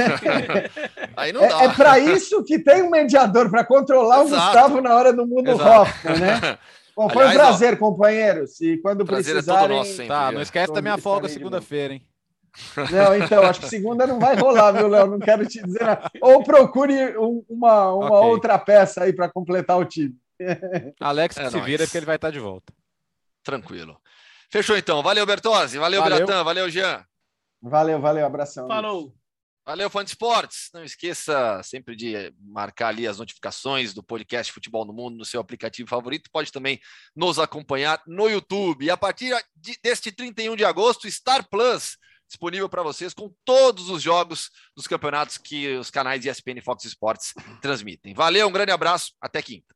Aí não dá. É para isso que tem um mediador, para controlar o Gustavo na hora do mundo Hoffman, né? Bom, foi um prazer, companheiros. E quando precisarem... É todo nosso sempre, não esquece da minha folga segunda-feira, hein? Não, então, acho que segunda não vai rolar, viu, Léo? Não quero te dizer nada. Ou procure uma outra peça aí para completar o time. Alex que se vira porque ele vai estar de volta. Tranquilo. Fechou, então. Valeu, Bertozzi. Valeu, Beratan. Valeu, Jean. Valeu. Abração. Falou. Valeu, fã de esportes. Não esqueça sempre de marcar ali as notificações do podcast Futebol no Mundo no seu aplicativo favorito. Pode também nos acompanhar no YouTube. E a partir deste 31 de agosto, Star Plus disponível para vocês com todos os jogos dos campeonatos que os canais ESPN e Fox Sports transmitem. Valeu, um grande abraço. Até quinta.